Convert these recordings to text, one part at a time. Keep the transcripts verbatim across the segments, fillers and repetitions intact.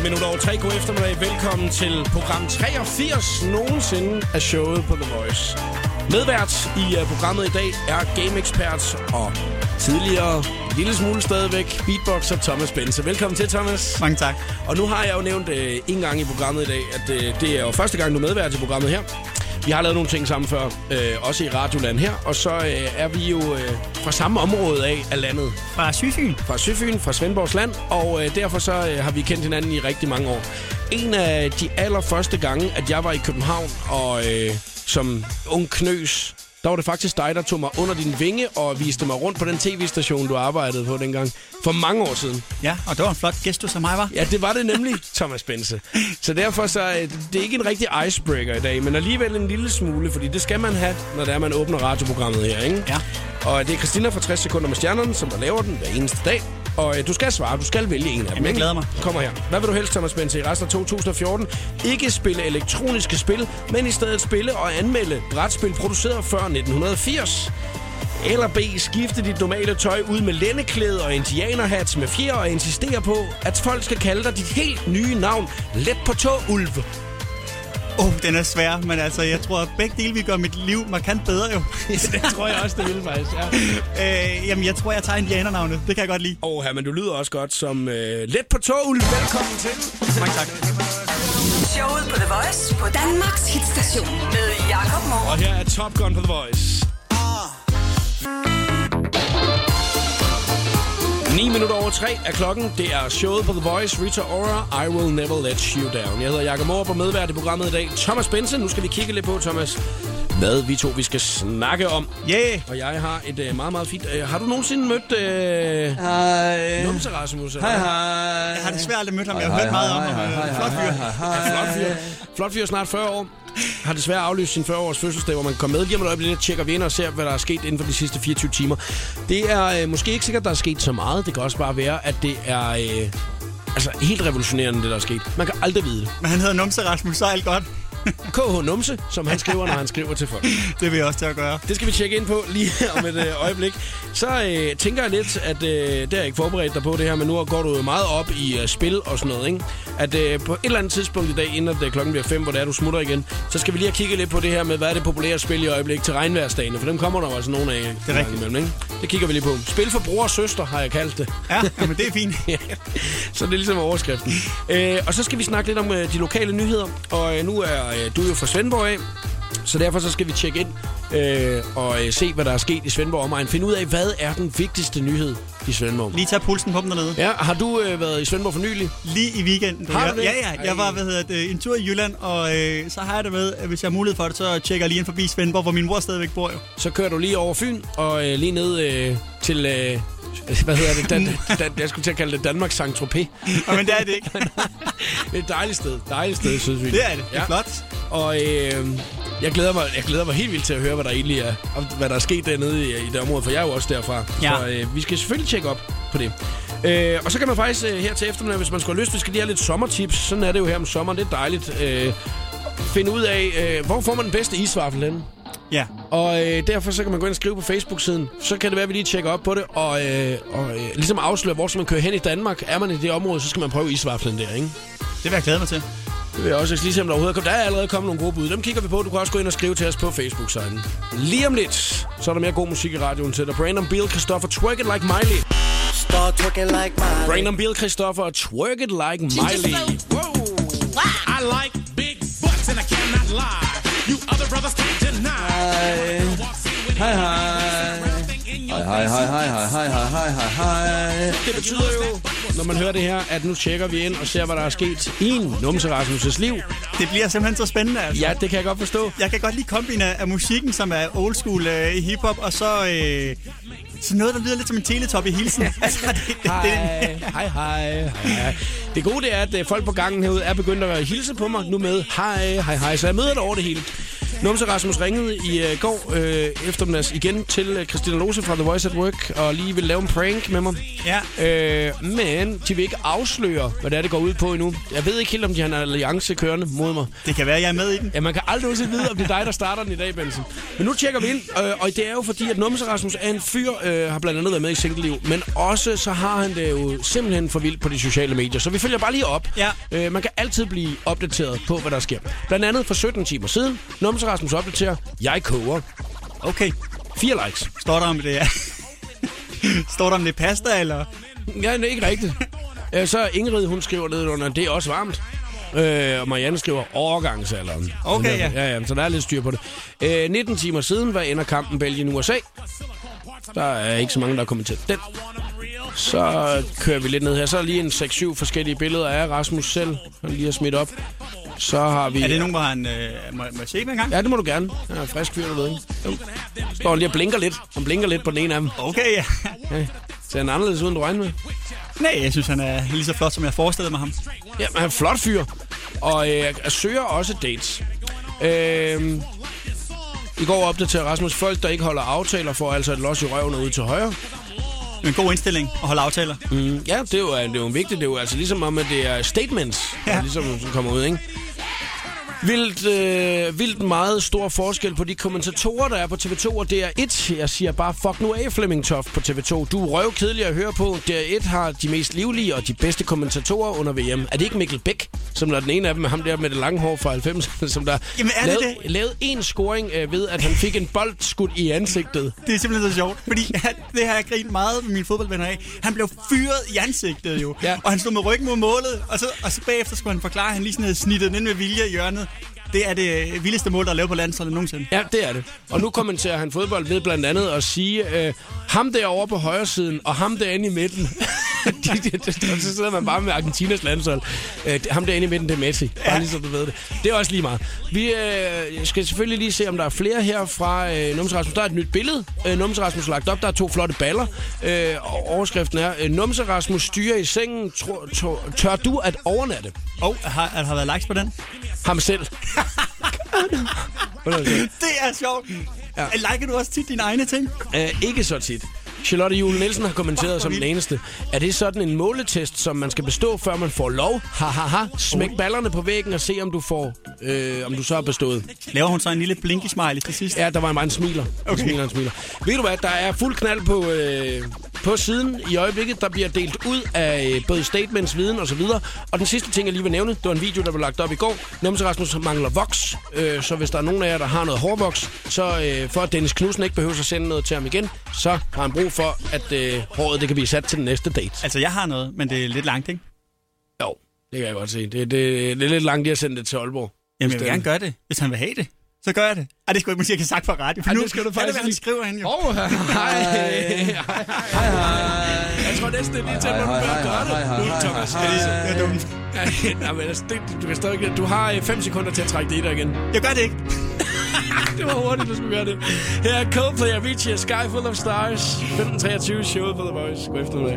minutter over tre. God eftermiddag. Velkommen til program treogfirs nogensinde af showet på The Voice. Medvært i uh, programmet i dag er game-ekspert og tidligere, en lille smule stadigvæk, beatboxer Thomas Bense. Velkommen til, Thomas. Mange tak. Og nu har jeg jo nævnt uh, en gang i programmet i dag, at uh, det er jo første gang, du er medvært i programmet her. Vi har lavet nogle ting sammen før, øh, også i Radioland her, og så øh, er vi jo øh, fra samme område af, af landet. Fra Sydfyn. Fra Sydfyn, fra Svendborgs land, og øh, derfor så øh, har vi kendt hinanden i rigtig mange år. En af de allerførste gange, at jeg var i København, og øh, som ung knøs, der var det faktisk dig, der tog mig under din vinge og viste mig rundt på den tv-station, du arbejdede på dengang. For mange år siden. Ja, og det var en flot gestus som mig, var. Ja, det var det nemlig, Thomas Bense. Så derfor så, det er ikke en rigtig icebreaker i dag, men alligevel en lille smule, fordi det skal man have, når det er, man åbner radioprogrammet her, ikke? Ja. Og det er Christina fra tres sekunder med stjernerne, som der laver den hver eneste dag. Og øh, du skal svare, du skal vælge en af dem. Jamen, jeg glæder mig. Kommer her. Hvad vil du helst, Thomas Bense, i resten af to tusind og fjorten? Ikke spille elektroniske spil, men i stedet spille og anmelde brætspil produceret før nitten firs. Eller B. Skifte dit normale tøj ud med lændeklæde og indianerhats med fjer og insistere på, at folk skal kalde dig dit helt nye navn. Let på tå, Ulv. Åh, oh, den er svær, men altså, jeg tror, at begge dele vil gøre mit liv markant bedre, jo. Det tror jeg også, det vil faktisk, ja. øh, jamen, jeg tror, jeg tager indianernavnet. Det kan jeg godt lide. Åh, oh, men du lyder også godt som øh, Let på tå, Ulv. Velkommen til. Mange tak. Showet på The Voice på Danmarks hitstation med Jakob Morup. Og her er Top Gun på The Voice. ni minutter over tre er klokken. Det er showet på The Voice. Rita Ora, I Will Never Let You Down. Jeg hedder Jakob Morup og medvært i programmet i dag. Thomas Bense. Nu skal vi kigge lidt på, Thomas, hvad vi to vi skal snakke om. Yeah. Og jeg har et uh, meget, meget fint... Uh, har du nogensinde mødt... Uh, Hej. Numse Rasmus? Hej, hej. Jeg har desværre aldrig mødt ham. Jeg har hørt meget om ham. Flot fyr. Flot fyr. Flot fyr, snart fyrre år. Har desværre aflyst sin fyrre-års fødselsdag, hvor man kommer med. Lige om et øjeblik, tjekker vi ind og ser, hvad der er sket inden for de sidste fireogtyve timer. Det er øh, måske ikke sikkert, der er sket så meget. Det kan også bare være, at det er øh, altså helt revolutionerende, det der er sket. Man kan aldrig vide det. Men han hedder Numse Rasmus, så er alt godt. K H Numse, som han skriver, når han skriver til folk. Det vil jeg også til at gøre. Det skal vi tjekke ind på lige om et øh, øjeblik. Så øh, tænker jeg lidt, at øh, det har jeg ikke forberedt dig på det her, men nu går du jo meget op i øh, spil og sådan noget, ikke? At øh, på et eller andet tidspunkt i dag, inden at, øh, klokken bliver fem, hvor det er, du smutter igen, så skal vi lige have kigget lidt på det her med, hvad er det populære spil i øjeblik til regnværsdagene, for dem kommer der altså nogle af. Det er rigtigt. Imellem, ikke? Det kigger vi lige på. Spil for bror og søster, har jeg kaldt det. Ja, men det er fint. Ja, så det er ligesom overskriften. Øh, og så skal vi snakke lidt om øh, de lokale nyheder, og øh, nu er øh, du jo fra Svendborg af, så derfor så skal vi tjekke ind øh, og øh, se, hvad der er sket i Svendborg omegn. Finde ud af, hvad er den vigtigste nyhed i Svendborg. Lige tage pulsen på dem dernede. Ja, har du øh, været i Svendborg for nylig? Lige i weekenden. Har du det? Ja, ja. Jeg var hvad hedder det, en tur i Jylland, og øh, så har jeg det med, at hvis jeg har mulighed for det, så tjekker jeg lige ind forbi Svendborg, hvor min mor stadigvæk bor jo. Så kører du lige over Fyn og øh, lige ned øh, til... Øh, hvad hedder det? Dan, Dan, jeg skulle til at kalde det Danmarks Saint-Tropez. Men det er det ikke. Det er et dejligt sted. Dejligt sted, synes vi. Det er det. Det er ja. Flot. Og øh, jeg, glæder mig, jeg glæder mig helt vildt til at høre, hvad der egentlig er, hvad der er sket dernede i, i det område, for jeg er jo også derfra. Ja. Så øh, vi skal selvfølgelig tjekke op på det. Øh, og så kan man faktisk øh, her til eftermiddag, hvis man skulle have lyst, vi skal lige have lidt sommertips. Sådan er det jo her om sommeren. Det er dejligt. Øh, finde ud af, øh, hvor får man den bedste isvaffel henne? Ja. Og øh, derfor så kan man gå ind og skrive på Facebook-siden. Så kan det være, at vi lige tjekker op på det. Og, øh, og øh, ligesom afsløre, hvor skal man køre hen i Danmark. Er man i det område, så skal man prøve isvaflen der, ikke? Det vil jeg glæde mig til. Det vil jeg også lige se, om der overhovedet kommer. Der er allerede kommet nogle gode bud. Dem kigger vi på. Du kan også gå ind og skrive til os på Facebook-siden. Lige om lidt, så er der mere god musik i radioen til dig. Brandon Beal, Christopher, Twerk It Like Miley. Start twerking like Miley. Brandon Beal, Christopher, Twerk It Like Miley. Whoa. I like big butts and I cannot lie. You other brothers can't deny. Hej, hej. Hej, hej, hej, hej, hej, hej, hej, hej, hej. Det betyder jo, når man hører det her, at nu tjekker vi ind og ser, hvad der er sket i en Numse Rasmus' liv. Det bliver simpelthen så spændende, altså. Ja, det kan jeg godt forstå. Jeg kan godt lide kombinen af, af musikken, som er old school øh, i hiphop, og så... Øh, så noget, der lyder lidt som en teletop i hilsen. Altså, det, det, hej, hej, hej, hej. Det gode det er, at folk på gangen herude er begyndt at hilse på mig nu med hej, hej, hej. Så jeg møder dig over det hele. Numse Rasmus ringede i uh, går øh, eftermiddags igen til uh, Christina Lose fra The Voice at Work, og lige vil lave en prank med mig. Ja. Øh, men de vil ikke afsløre, hvad det er, det går ud på endnu. Jeg ved ikke helt, om de har en alliance kørende mod mig. Det kan være, jeg er med i den. Ja, man kan aldrig også vide, om det er dig, der starter den i dag, Benson. Men nu tjekker vi ind, øh, og det er jo fordi, at Numse Rasmus er en fyr, øh, har blandt andet været med i Single-liv, men også så har han det jo simpelthen for vildt på de sociale medier. Så vi følger bare lige op. Ja. Øh, man kan altid blive opdateret på, hvad der sker. Blandt andet for sytten timer siden, Numse Rasmus opdaterer, jeg koger. Okay. Fire likes. Står der om det, ja. Står der om det pasta, eller? Ja, det er ikke rigtigt. øh, så Ingrid, hun skriver ned under, det er også varmt. Øh, og Marianne skriver overgangsalderen. Okay, ja. Ja, ja, så der er lidt styr på det. Øh, nitten timer siden, hvad ender kampen Belgien-U S A? Der er ikke så mange, der har kommenteret den. Så kører vi lidt ned her. Så er der lige en seks syv forskellige billeder af Rasmus selv, han lige har smidt op. Så har vi... Er det nogen, hvor han... Øh, må, må jeg se dem en gang? Ja, det må du gerne. Han er frisk fyr, du ved ikke. Jo. Står han lige og blinker lidt. Han blinker lidt på den ene af dem. Okay, ja. Ja. Ser han anderledes ud, end du regner med? Nej, jeg synes, han er lige så flot, som jeg forestillede mig ham. Ja, han er en flot fyr. Og øh, søger også dates. Øh, I går opdaterer Rasmus, folk, der ikke holder aftaler, får altså et los i røven og ud til højre. En god indstilling at holde aftaler. Mm, ja, det er, jo, det er jo vigtigt. Det er jo altså ligesom om, at det er statements, ja. Der ligesom som kommer ud, ikke? Vildt, øh, vildt meget stor forskel på de kommentatorer, der er på T V to og D R et. Jeg siger bare, fuck nu af, Flemming Toft på T V to. Du er røvkedelig at høre på. D R et har de mest livlige og de bedste kommentatorer under V M. Er det ikke Mikkel Bæk, som der er den ene af dem, ham der med det lange hår fra halvfemserne, som der Jamen, er lavede, det det? lavede en scoring øh, ved, at han fik en bold skudt i ansigtet. Det er simpelthen så sjovt, fordi han, det har jeg grint meget med mine fodboldvenner af. Han blev fyret i ansigtet jo, ja. Og han stod med ryggen mod målet, og så, og så bagefter skulle han forklare, at han lige sådan havde snittet den ind med vilje i hjørnet. Det er det vildeste mål, der er lavet på landsholdet nogensinde. Ja, det er det. Og nu kommenterer han fodbold ved blandt andet at sige, øh, ham derovre på højre siden, og ham derinde i midten. Så sidder man bare med Argentinas landshold. Øh, ham derinde i midten, det er Messi. Bare ja. Lige så du ved det. Det er også lige meget. Vi øh, skal selvfølgelig lige se, om der er flere her fra øh, Numse Rasmus. Der er et nyt billede. Øh, Numse Rasmus lagt op. Der er to flotte baller. Øh, og overskriften er, øh, Numse Rasmus styrer i sengen. Tør, tør, tør du at overnatte? Og oh, har, har der været likes på den? Ham selv. Det er sjovt. Ja. Liker du også tit dine egne ting? Uh, ikke så tit. Charlotte Jule Nielsen har kommenteret som den eneste. Er det sådan en måletest, som man skal bestå, før man får lov? Ha, ha, ha. Smæk ballerne på væggen og se, om du får, øh, om du så har bestået. Laver hun så en lille blinky-smiley til sidst? Ja, der var en bare en smiler. Okay. En smiler, en smiler. Ved du hvad, der er fuld knald på, øh, på siden i øjeblikket. Der bliver delt ud af øh, både statements, viden og så videre. Og den sidste ting, jeg lige vil nævne, det var en video, der blev lagt op i går. Numse Rasmus mangler voks. Øh, så hvis der er nogen af jer, der har noget hårvoks, så øh, for at Dennis Knudsen ikke behøver at sende noget til ham igen, så har han brug for, at øh, håret det kan blive sat til den næste date. Altså, jeg har noget, men det er lidt langt, ikke? Jo, det kan jeg godt se. Det, det, det er lidt langt, at sende det til Aalborg. Jamen, jeg vil gerne gøre det, hvis han vil have det. Så gør jeg det. Ej, det skulle jeg måske ikke have sagt på radio. For Ej, nu det skal du faktisk han skriver han jo. Åh, oh, hej. Hej, hej. Jeg tror næsten, det er lige til, at du bør gøre det. Nu, Thomas. Det er dumt. Nej, men altså, det, du kan stadig ikke. Du har fem sekunder til at trække det i dig igen. Jeg gør det ikke. Det var hurtigt, du skulle gøre det. Her er Coldplay og Avicii, Sky Full of Stars. femten treogtyve, showet på The Voice. God eftermiddag.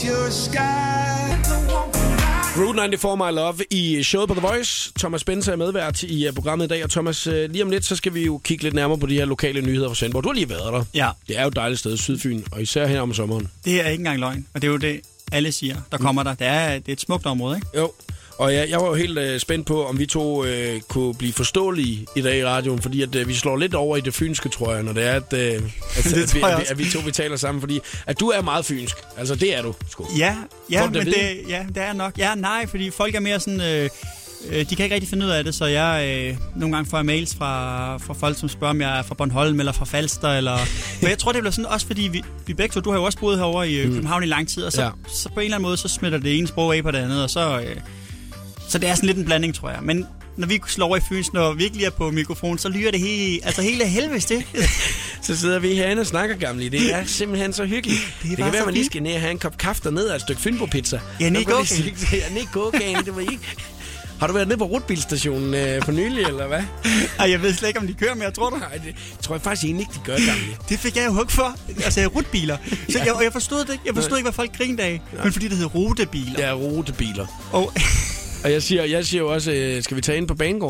Route nioghalvfjerds, My Love i showet på The Voice. Thomas Spencer er medvært i programmet i dag. Og Thomas, lige om lidt, så skal vi jo kigge lidt nærmere på de her lokale nyheder fra Svendborg. Du har lige været der. Ja. Det er jo et dejligt sted, Sydfyn, og især her om sommeren. Det er ikke engang løgn, og det er jo det, alle siger. Der kommer der. Det er, det er et smukt område, ikke? Jo. Og jeg, jeg var jo helt øh, spændt på, om vi to øh, kunne blive forståelige i dag i radioen, fordi at, øh, vi slår lidt over i det fynske, tror jeg, når det er, at, øh, at, det at, vi, at, vi, at vi to vi taler sammen, fordi at du er meget fynsk. Altså, det er du, sgu. Ja, ja, folk, men det, ja, det er nok. Ja, nej, fordi folk er mere sådan... Øh, øh, de kan ikke rigtig finde ud af det, så jeg øh, nogle gange får jeg mails fra, fra folk, som spørger, om jeg er fra Bornholm eller fra Falster, eller... For jeg tror, det bliver sådan også, fordi vi, vi begge to, du har jo også boet herovre i øh, København mm. i lang tid, og så, ja. så på en eller anden måde, så smitter det ene sprog af på det andet, og så... Øh, Så det er sådan lidt en blanding, tror jeg. Men når vi slår over i Fyns, når vi virkelig er på mikrofon, så lyder det hele, altså hele helvedes det. Så sidder vi herinde og snakker gamle. Det er simpelthen så hyggeligt. Det, det kan være, at man lige skal ned og have en kop kaffe dernede og et stykke Fynbo-pizza. Ja, ned i gågagen. Ja, ned i gågagen, det var ikke... Har du været nede på Rutbilstationen øh, for nylig, eller hvad? Ej, jeg ved slet ikke, om de kører mere, tror du? Nej, det tror jeg faktisk egentlig ikke, de gør, gamle. Det fik jeg jo hug for. Altså, rutbiler. Så jeg, og jeg forstod det ikke. Jeg forstod ikke, hvad folk grinede af. Men fordi det hedder rutebiler. Ja, rutebiler. Og... Og jeg siger, jeg siger jo også, øh, skal vi tage ind på banegården?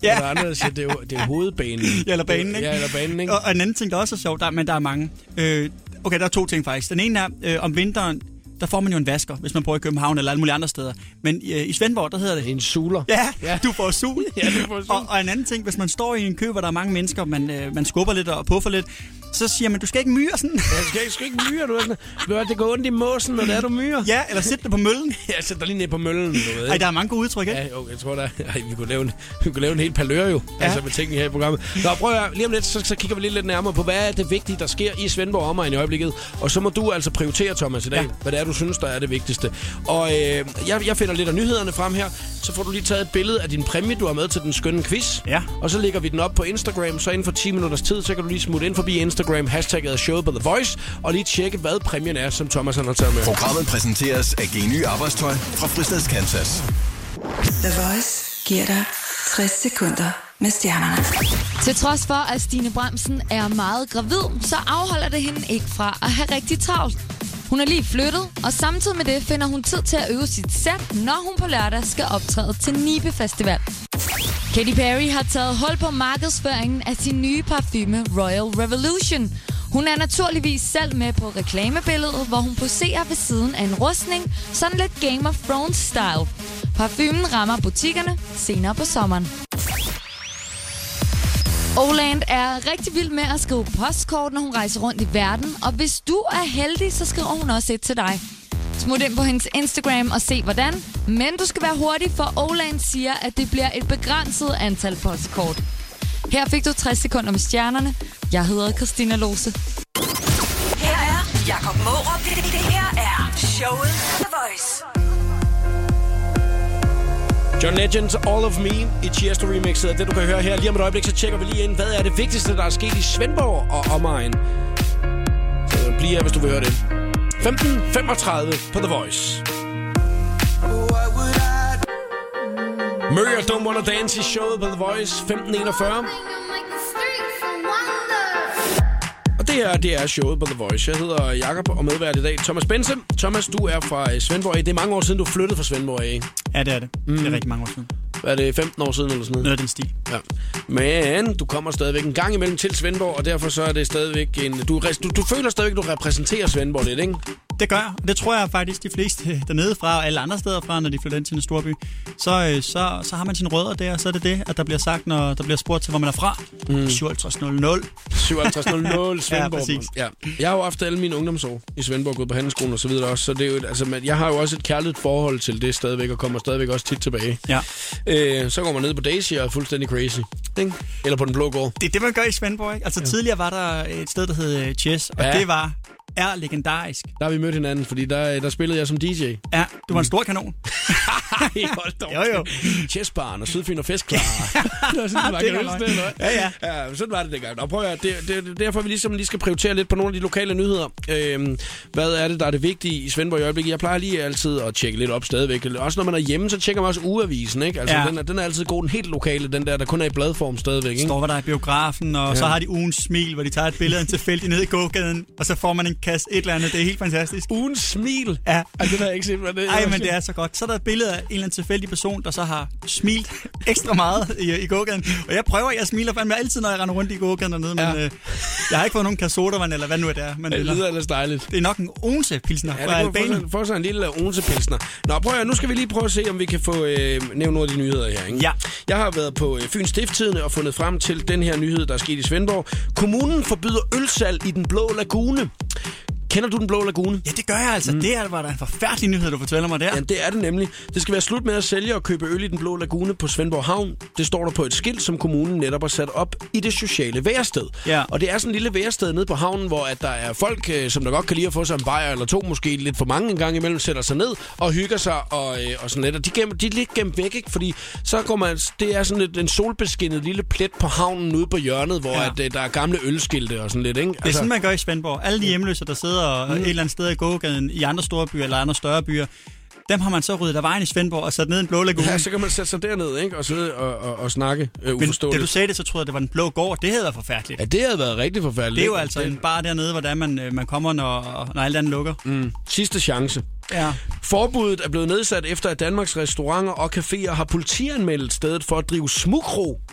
Ja. Og der er andre, der siger, det er, jo, det er hovedbanen. Ja, eller banen, ikke? Ja, eller banen, ikke? Og, og en anden ting, der også er sjovt, der, men der er mange. Øh, okay, der er to ting faktisk. Den ene er, øh, om vinteren, der får man jo en vasker, hvis man bor i København eller alle mulige andre steder. Men øh, i Svendborg, der hedder det... En suler. Ja, ja, du får sul. Ja, du får sul. Og, og en anden ting, hvis man står i en kø, hvor der er mange mennesker, man, øh, man skubber lidt og puffer lidt, så siger man, du skal ikke myre sådan. Ja, du skal, du skal ikke myre, du er sådan. Du er, det går ondt i måsen, når det er, du myrer. Ja, eller sæt det på møllen. Ja, sæt dig lige ned på møllen, du ved. Ej, der er mange gode udtryk, ikke? Ja, jo, jeg tror da. Ej, vi kunne lave en, vi kunne lave en hel palør jo, ja. Altså med tingene her i programmet. Nå, prøv at høre. Lige om lidt, så, så kigger vi lidt, lidt nærmere på, hvad er det vigtige, der sker i Svendborg omegn i øjeblikket. Og så må du altså prioritere, Thomas, i dag, ja. Hvad det er, du synes, der er det vigtigste. Og øh, jeg, jeg finder lidt af nyhederne frem her. Så får du lige taget et billede af din præmie, du har med til den skønne quiz. Ja. Og så lægger vi den op på Instagram, så inden for ti minutters tid, så kan du lige smutte ind forbi Instagram, hashtagget er showet på The Voice, og lige tjekke, hvad præmien er, som Thomas han har taget med. Programmet præsenteres af Geny Arbejdstøj fra Fristads, Kansas. The Voice giver dig tres sekunder med stjernerne. Til trods for, at Stine Bramsen er meget gravid, så afholder det hende ikke fra at have rigtig travlt. Hun er lige flyttet, og samtidig med det finder hun tid til at øve sit sæt, når hun på lørdag skal optræde til Nibe Festival. Katy Perry har taget hul på markedsføringen af sin nye parfume Royal Revolution. Hun er naturligvis selv med på reklamebilledet, hvor hun poserer ved siden af en rustning, sådan lidt Game of Thrones-style. Parfumen rammer butikkerne senere på sommeren. Oland er rigtig vild med at skrive postkort, når hun rejser rundt i verden, og hvis du er heldig, så skriver hun også et til dig. Smut ind på hendes Instagram og se hvordan, men du skal være hurtig, for Oland siger, at det bliver et begrænset antal postkort. Her fik du tres sekunder med stjernerne. Jeg hedder Christina Lose. Her er Jakob Mårup. Det, det her er showet The Voice. John Legend, All of Me i Tiesto remixet. Det du kan høre her lige om et øjeblik, så tjekker vi lige ind, hvad er det vigtigste, der er sket i Svendborg og omegn. Så bliv her, hvis du vil høre det. femten femogtredive på The Voice. Murray og Don't Wanna Dance i showet på The Voice. femten enogfyrre. Og det her, det er showet på The Voice. Jeg hedder Jakob og medvært i dag Thomas Bense. Thomas, du er fra Svendborg. Det er mange år siden, du flyttede fra Svendborg, ikke? Ja, det er det. Mm. Det er rigtig mange år siden. Er det femten år siden eller sådan noget? Noget af den stil. Ja. Men du kommer stadigvæk en gang imellem til Svendborg, og derfor så er det stadigvæk en... Du, du, du føler stadigvæk, at du repræsenterer Svendborg lidt, ikke? Det gør jeg. Det tror jeg faktisk, de fleste dernede fra, og alle andre steder fra, når de flytter ind til en storby. Så, så, så har man sine rødder der, og så er det det, at der bliver sagt, når der bliver spurgt til, hvor man er fra. Mm. syvoghalvtreds nul nul. syvoghalvtreds nul nul Svendborg. Ja, præcis. Ja. Jeg har jo haft alle mine ungdomsår i Svendborg, gået på handelsskolen og så videre også, så det er jo, altså, jeg har jo også et kærligt forhold til det stadigvæk, og kommer stadigvæk også tit tilbage. Ja. Øh, så går man ned på Daisy og er fuldstændig crazy. Ikke? Eller på den blå gård. Det er det, man gør i Svendborg, ikke? Altså ja. Tidligere var der et sted, der hed Chess, og ja. det var... er legendarisk. Der har vi mødt hinanden, fordi der, der spillede jeg som D J. Ja, du var en stor kanon. Ej, hold da. Jo, jo. Chessbaren og Sydfyn og Festklar. Det var sådan, det var det, ja, ja. Ja, sådan var det dengang. Og prøv at det, det, det, derfor vi ligesom lige skal prioritere lidt på nogle af de lokale nyheder. Øhm, hvad er det, der er det vigtige i Svendborg i øjeblikket? Jeg plejer lige altid at tjekke lidt op stadigvæk. Også når man er hjemme, så tjekker man også ugeavisen, ikke? Altså, ja. den, er, den er altid god, den helt lokale, den der, der kun er i bladform stadigvæk, ikke? Står der i biografen, og ja. så har de ugens smil, hvor de tager et billede af en tilfældig ned i gågaden, og så får man en kast et eller andet. Det er helt fantastisk. Ugens smil? Ja. Ej, det har jeg ikke set, hvad det er. Ej, men det er så godt. Så er der et billede af en eller anden tilfældig person, der så har smilt ekstra meget i, i gågaden. Og jeg prøver, jeg smiler fandme altid, når jeg render rundt i gågaden dernede, men ja. øh, jeg har ikke fået nogen kasodavand, eller hvad nu er det er. Men det lyder ellers dejligt. Det er nok en Odense-pilsner ja, fra Albanien. Få sig en lille Odense-pilsner. Nå, prøv at, nu skal vi lige prøve at se, om vi kan få øh, nævnt nogle af de nyheder her, ikke? Ja. Jeg har været på øh, Fyns Stiftstidende og fundet frem til den her nyhed, der er sket i Svendborg. Kommunen forbyder ølsalg i den Blå Lagune. Kender du den Blå Lagune? Ja, det gør jeg altså. Mm. Det er, var der en forfærdelig nyhed, du fortæller mig der. Ja, det er det nemlig. Det skal være slut med at sælge og købe øl i den Blå Lagune på Svendborg Havn. Det står der på et skilt, som kommunen netop har sat op i det sociale værested. Ja. Og det er sådan en lille værested nede på havnen, hvor at der er folk, som der godt kan lide at få sig en bajer eller to, måske lidt for mange en gang imellem, sætter sig ned og hygger sig og, og sådan lidt. Og de, gemmer, de er lidt gemt væk, ikke? Fordi så går man, det er sådan et, en solbeskinnet lille plet på havnen ude på hjørnet, hvor ja. at, der er gamle ølskilte og sådan lidt, ikke? Altså, det er sådan, man gør i Svendborg. Alle de hjemløse, der sidder og mm. et eller andet sted i gågaden i andre store byer eller andre større byer, dem har man så ryddet af vejen i Svendborg og sat ned i en Blå Lagune. Ja, så kan man sætte sig derned, ikke? Og sidde og, og, og snakke øh, uforståeligt. Men da du sagde det, så troede jeg, det var den Blå Gård. Det havde været forfærdeligt. Ja, det havde været rigtig forfærdeligt. Det er jo altså det... en bar dernede, hvor man, man kommer, når, når alt andet lukker. Mm. Sidste chance. Ja. Forbuddet er blevet nedsat efter, at Danmarks restauranter og caféer har politianmeldt stedet for at drive smugkro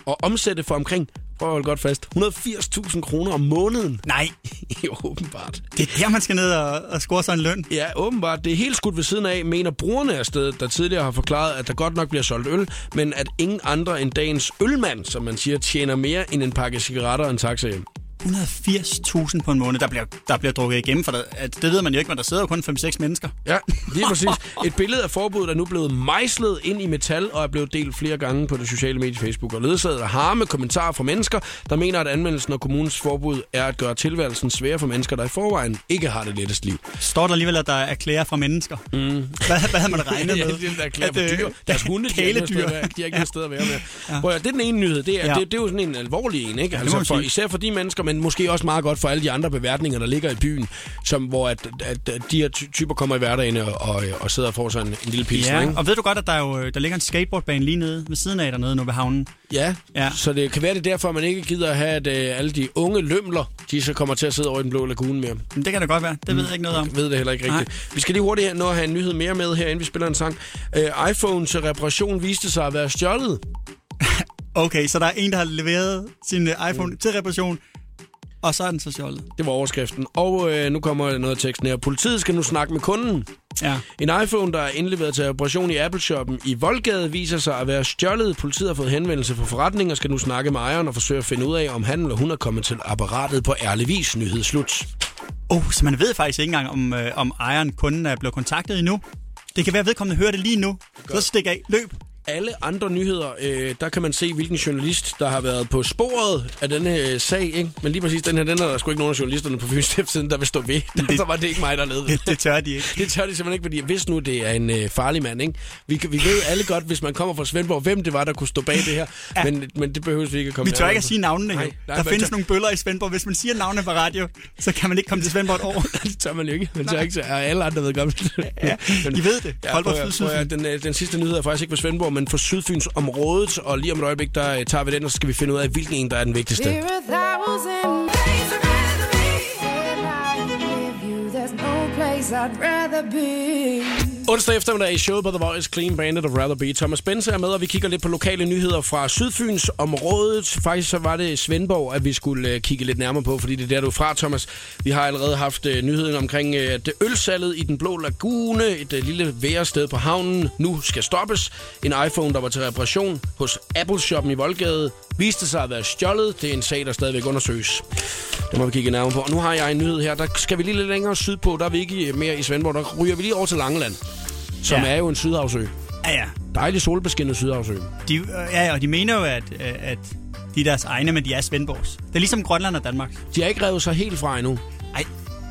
at omsætte for omkring, for at holde godt fast, et hundrede og firs tusind kroner om måneden. Nej. Jo, åbenbart. Det er der, man skal ned og, og score sig en løn. Ja, åbenbart. Det er helt skudt ved siden af, mener brugerne af stedet, der tidligere har forklaret, at der godt nok bliver solgt øl, men at ingen andre end dagens ølmand, som man siger, tjener mere end en pakke cigaretter og en taxa hjem. et hundrede og firs tusind på en måned, der bliver, der bliver drukket igennem, for der, at det ved man jo ikke, men der sidder jo kun fem seks mennesker. Ja, lige præcis. Et billede af forbuddet er nu blevet mejslet ind i metal og er blevet delt flere gange på det sociale medie Facebook. Og ledsaget af harme kommentarer fra mennesker, der mener, at anvendelsen af kommunens forbud er at gøre tilværelsen sværere for mennesker, der i forvejen ikke har det lettest liv. Står der alligevel, at der er klæder fra mennesker? Mm. Hvad, hvad havde man regnet med? Ja, det er klæder for dyr. Deres hunde, de har ikke noget sted at være med. Ja. Ja. Det er den ene nyhed. Det er, ja. det, det er jo sådan en alvorlig en, ikke? Altså for, især for de mennesker, men måske også meget godt for alle de andre beværtninger, der ligger i byen, som, hvor at, at, at de her typer kommer i hverdagen og, og, og sidder og får sig en, en lille pilsner. Ja, ikke? Og ved du godt, at der, jo, der ligger en skateboardbane lige nede ved siden af dernede nu ved havnen? Ja, ja, så det kan være det derfor, man ikke gider at have, at uh, alle de unge lømler, de så kommer til at sidde over i den blå lagune mere. Men det kan da godt være. Det ved jeg ikke noget om. Jeg ved det heller ikke rigtigt. Nej. Vi skal lige hurtigt her nå at have en nyhed mere med her, inden vi spiller en sang. Uh, iPhone til reparation viste sig at være stjålet. Okay, så der er en, der har leveret sin uh, iPhone mm. til reparation, og så er den så stjålet. Det var overskriften. Og øh, nu kommer noget af teksten her. Politiet skal nu snakke med kunden. Ja. En iPhone, der er indleveret til reparation i Apple-shoppen i Voldgade, viser sig at være stjålet. Politiet har fået henvendelse fra forretningen og skal nu snakke med ejeren og forsøge at finde ud af, om han eller hun er kommet til apparatet på ærlig vis. Nyhed slut. Oh, så man ved faktisk ikke engang, om, øh, om ejeren, kunden er blevet kontaktet endnu. Det kan være, at vedkommende hører det lige nu. Så stik af. Løb. Alle andre nyheder, øh, der kan man se, hvilken journalist, der har været på sporet af denne øh, sag, ikke? Men lige præcis den her, den er der sgu ikke nogen af journalisterne på Fyns Stiftstiden, der vil stå ved. Det, så var det ikke mig, der lavede det. Det tør de ikke. Det tør de simpelthen ikke, fordi hvis nu det er en øh, farlig mand, ikke? Vi, vi ved alle godt, hvis man kommer fra Svendborg, hvem det var, der kunne stå bag det her. Ja. Men, men det behøver vi ikke at komme. Vi tør ikke at sige navnene. Nej, nej, der findes tør... nogle bøller i Svendborg. Hvis man siger navne på radio, så kan man ikke komme til Svendborg et år. Det tør man jo ikke. Man tør ikke til, og alle andre ved godt. Ja, de ved det. Ja, prøv, prøv, den, den sidste nyhed er faktisk ikke på Svendborg, men for Sydfyns området, og lige om et øjeblik, der tager vi den, og så skal vi finde ud af, hvilken en, der er den vigtigste. Onsdag eftermiddag i showet på The Voice, Clean Bandit of Rather Be. Thomas Bense er med, og vi kigger lidt på lokale nyheder fra Sydfyns området. Faktisk så var det Svendborg, at vi skulle uh, kigge lidt nærmere på, fordi det er der, du er fra, Thomas. Vi har allerede haft uh, nyheden omkring uh, det ølsalget i den blå lagune, et uh, lille værested på havnen, nu skal stoppes. En iPhone, der var til reparation hos Apple-shoppen i Voldgade, viste sig at være stjålet. Det er en sag, der stadigvæk undersøges. Det må vi kigge nærmere på. Og nu har jeg en nyhed her. Der skal vi lige lidt længere sydpå. Der er vi ikke mere i Svendborg. Der ryger vi lige over til Langeland, som ja. er jo en sydhavsø. Ja, ja. Dejlig solbeskinnet sydhavsø. De, øh, ja, og de mener jo, at, at de er deres egne, men de er Svendborgs. Det er ligesom Grønland og Danmark. De har ikke revet sig helt fra endnu. Nej.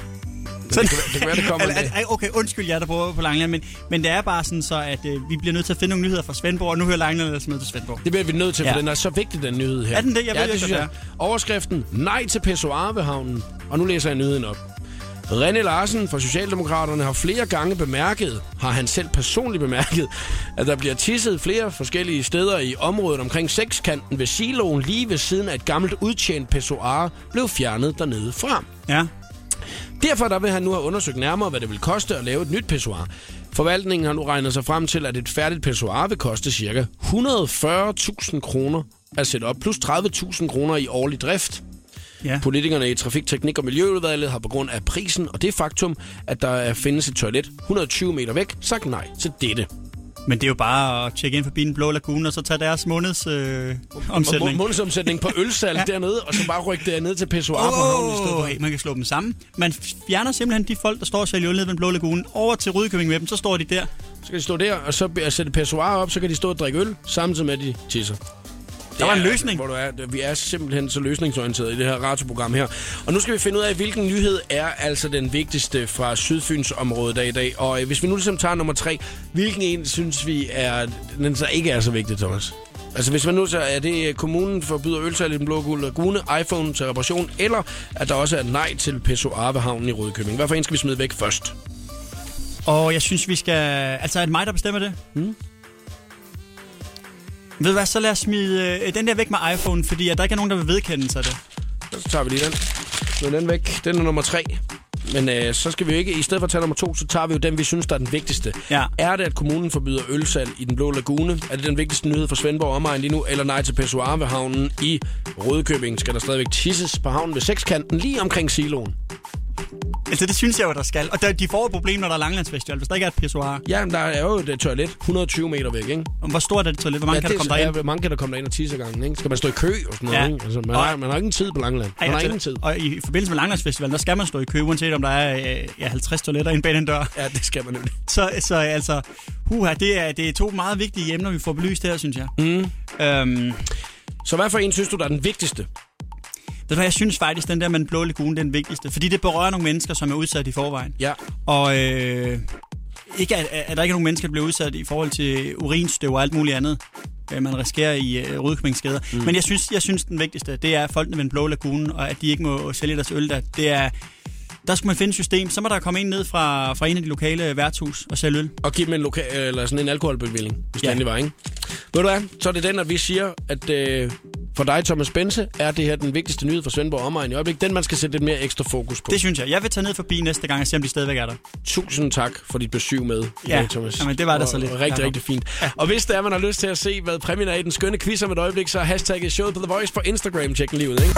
Så det, det kan være, det kommer altså, okay, undskyld jer, der bor på Langeland, men, men det er bare sådan så, at øh, vi bliver nødt til at finde nogle nyheder fra Svendborg, og nu hører Langeland altså med til Svendborg. Det bliver vi nødt til, for ja. den er så vigtig, den nyhed her. Er den det? Jeg ved ja, ikke, det, det er. Overskriften, nej til pissoir ved havnen. Og nu læser jeg nyheden op. René Larsen fra Socialdemokraterne har flere gange bemærket, har han selv personligt bemærket, at der bliver tisset flere forskellige steder i området omkring sekskanten ved siloen, lige ved siden af et gammelt udtjent pissoir blev fjernet dernede fra. Ja. Derfor der vil han nu have undersøgt nærmere, hvad det vil koste at lave et nyt pissoir. Forvaltningen har nu regnet sig frem til, at et færdigt pissoir vil koste ca. et hundrede og fyrre tusind kroner at sætte op, plus tredive tusind kroner i årlig drift. Ja. Politikerne i Trafik, Teknik og Miljøudvalget har på grund af prisen og det faktum, at der findes et toilet et hundrede og tyve meter væk, sagt nej til dette. Men det er jo bare at tjekke ind forbi den blå lagune, og så tage deres måneds øh, omsætning. Månedsomsætning på ølsalg ja. dernede, og så bare rykke det ned til pissoir oh, på havnen i stedet for. Hey, man kan slå dem sammen. Man fjerner simpelthen de folk, der står og sælger øl nede ved den blå lagune, over til Rydekøbing med dem, så står de der. Så kan de stå der, og så sætte pissoir op, så kan de stå og drikke øl, samtidig med at de tisser. Der var en løsning. Hvor du er. Vi er simpelthen så løsningsorienteret i det her radioprogram her. Og nu skal vi finde ud af, hvilken nyhed er altså den vigtigste fra Sydfyns område der i dag. Og hvis vi nu ligesom tager nummer tre, hvilken en synes vi er, den så ikke er så vigtig, Thomas? Altså hvis man nu så er det kommunen forbyder ølsalg i den blå lagune, iPhone til reparation, eller at der også er nej til pissoir ved havnen i Rødekøbing. Hvad for en skal vi smide væk først? Og jeg synes, vi skal... Altså er det mig, der bestemmer det? Mm. Ved du hvad, så lad os smide øh, den der væk med iPhone, fordi at der ikke er nogen, der vil vedkende sig det. Så tager vi lige den. Så den væk. Den er nummer tre. Men øh, så skal vi jo ikke, i stedet for at tage nummer to, så tager vi jo den, vi synes, der er den vigtigste. Ja. Er det, at kommunen forbyder ølsalg i Den Blå Lagune? Er det den vigtigste nyhed for Svendborg omegn lige nu? Eller nej til pissoir ved havnen i Rødekøbing? Skal der stadigvæk tisses på havnen ved sekskanten lige omkring siloen? Altså, det synes jeg jo, der skal. Og der, de får et problem, når der er Langlandsfestival, hvis der ikke er et pissoir. Ja, men der er jo et toilet et hundrede og tyve meter væk, ikke? Hvor stort er det toilet? Hvor mange ja, kan der komme derind? Hvor mange kan der komme derind og tisse gangen, ikke? Skal man stå i kø og sådan noget, ja. ikke? Altså, man, og, har, man har ingen tid på Langeland. Man ej, har altså, ingen tid. Og i forbindelse med Langlandsfestival, der skal man stå i kø, uanset om der er ja, halvtreds toiletter inde bag den dør. Ja, det skal man nemlig. Så, så altså, huha, det er, det er to meget vigtige emner, vi får belyst her, synes jeg. Mm. Øhm, så hvad for en synes du, der er den vigtigste? Ved du, jeg synes faktisk, den der med Den Blå Lagune, den vigtigste. Fordi det berører nogle mennesker, som er udsat i forvejen. Ja. Og øh, ikke at, at der ikke er nogen mennesker, der bliver udsat i forhold til urinstøv og alt muligt andet, øh, man risikerer i øh, Rødekøbingsgader. Mm. Men jeg synes, jeg synes, den vigtigste, det er folkene ved Den Blå Lagune, og at de ikke må sælge deres øl der. Det er... Der skal man finde et system. Så må der komme en ned fra, fra en af de lokale værtshus og sælge øl. Og give dem en, loka- eller sådan en alkoholbevilling, hvis ja. det var, ikke? Ved du hvad? Så er det den, at vi siger, at øh, for dig, Thomas Bense, er det her den vigtigste nyhed for Svendborg omegn i øjeblik. Den, man skal sætte lidt mere ekstra fokus på. Det synes jeg. Jeg vil tage ned forbi næste gang og se, om de stadigvæk er der. Tusind tak for dit besøg med, ja. Thomas. Jamen, det var da så lidt. Og rigtig, rigtig fint. Ja. Og hvis der er, man har lyst til at se, hvad præmien er i den skønne quiz om et øjeblik, så hashtagget showet på The Voice på Instagram. Tjek den lige ud, ikke?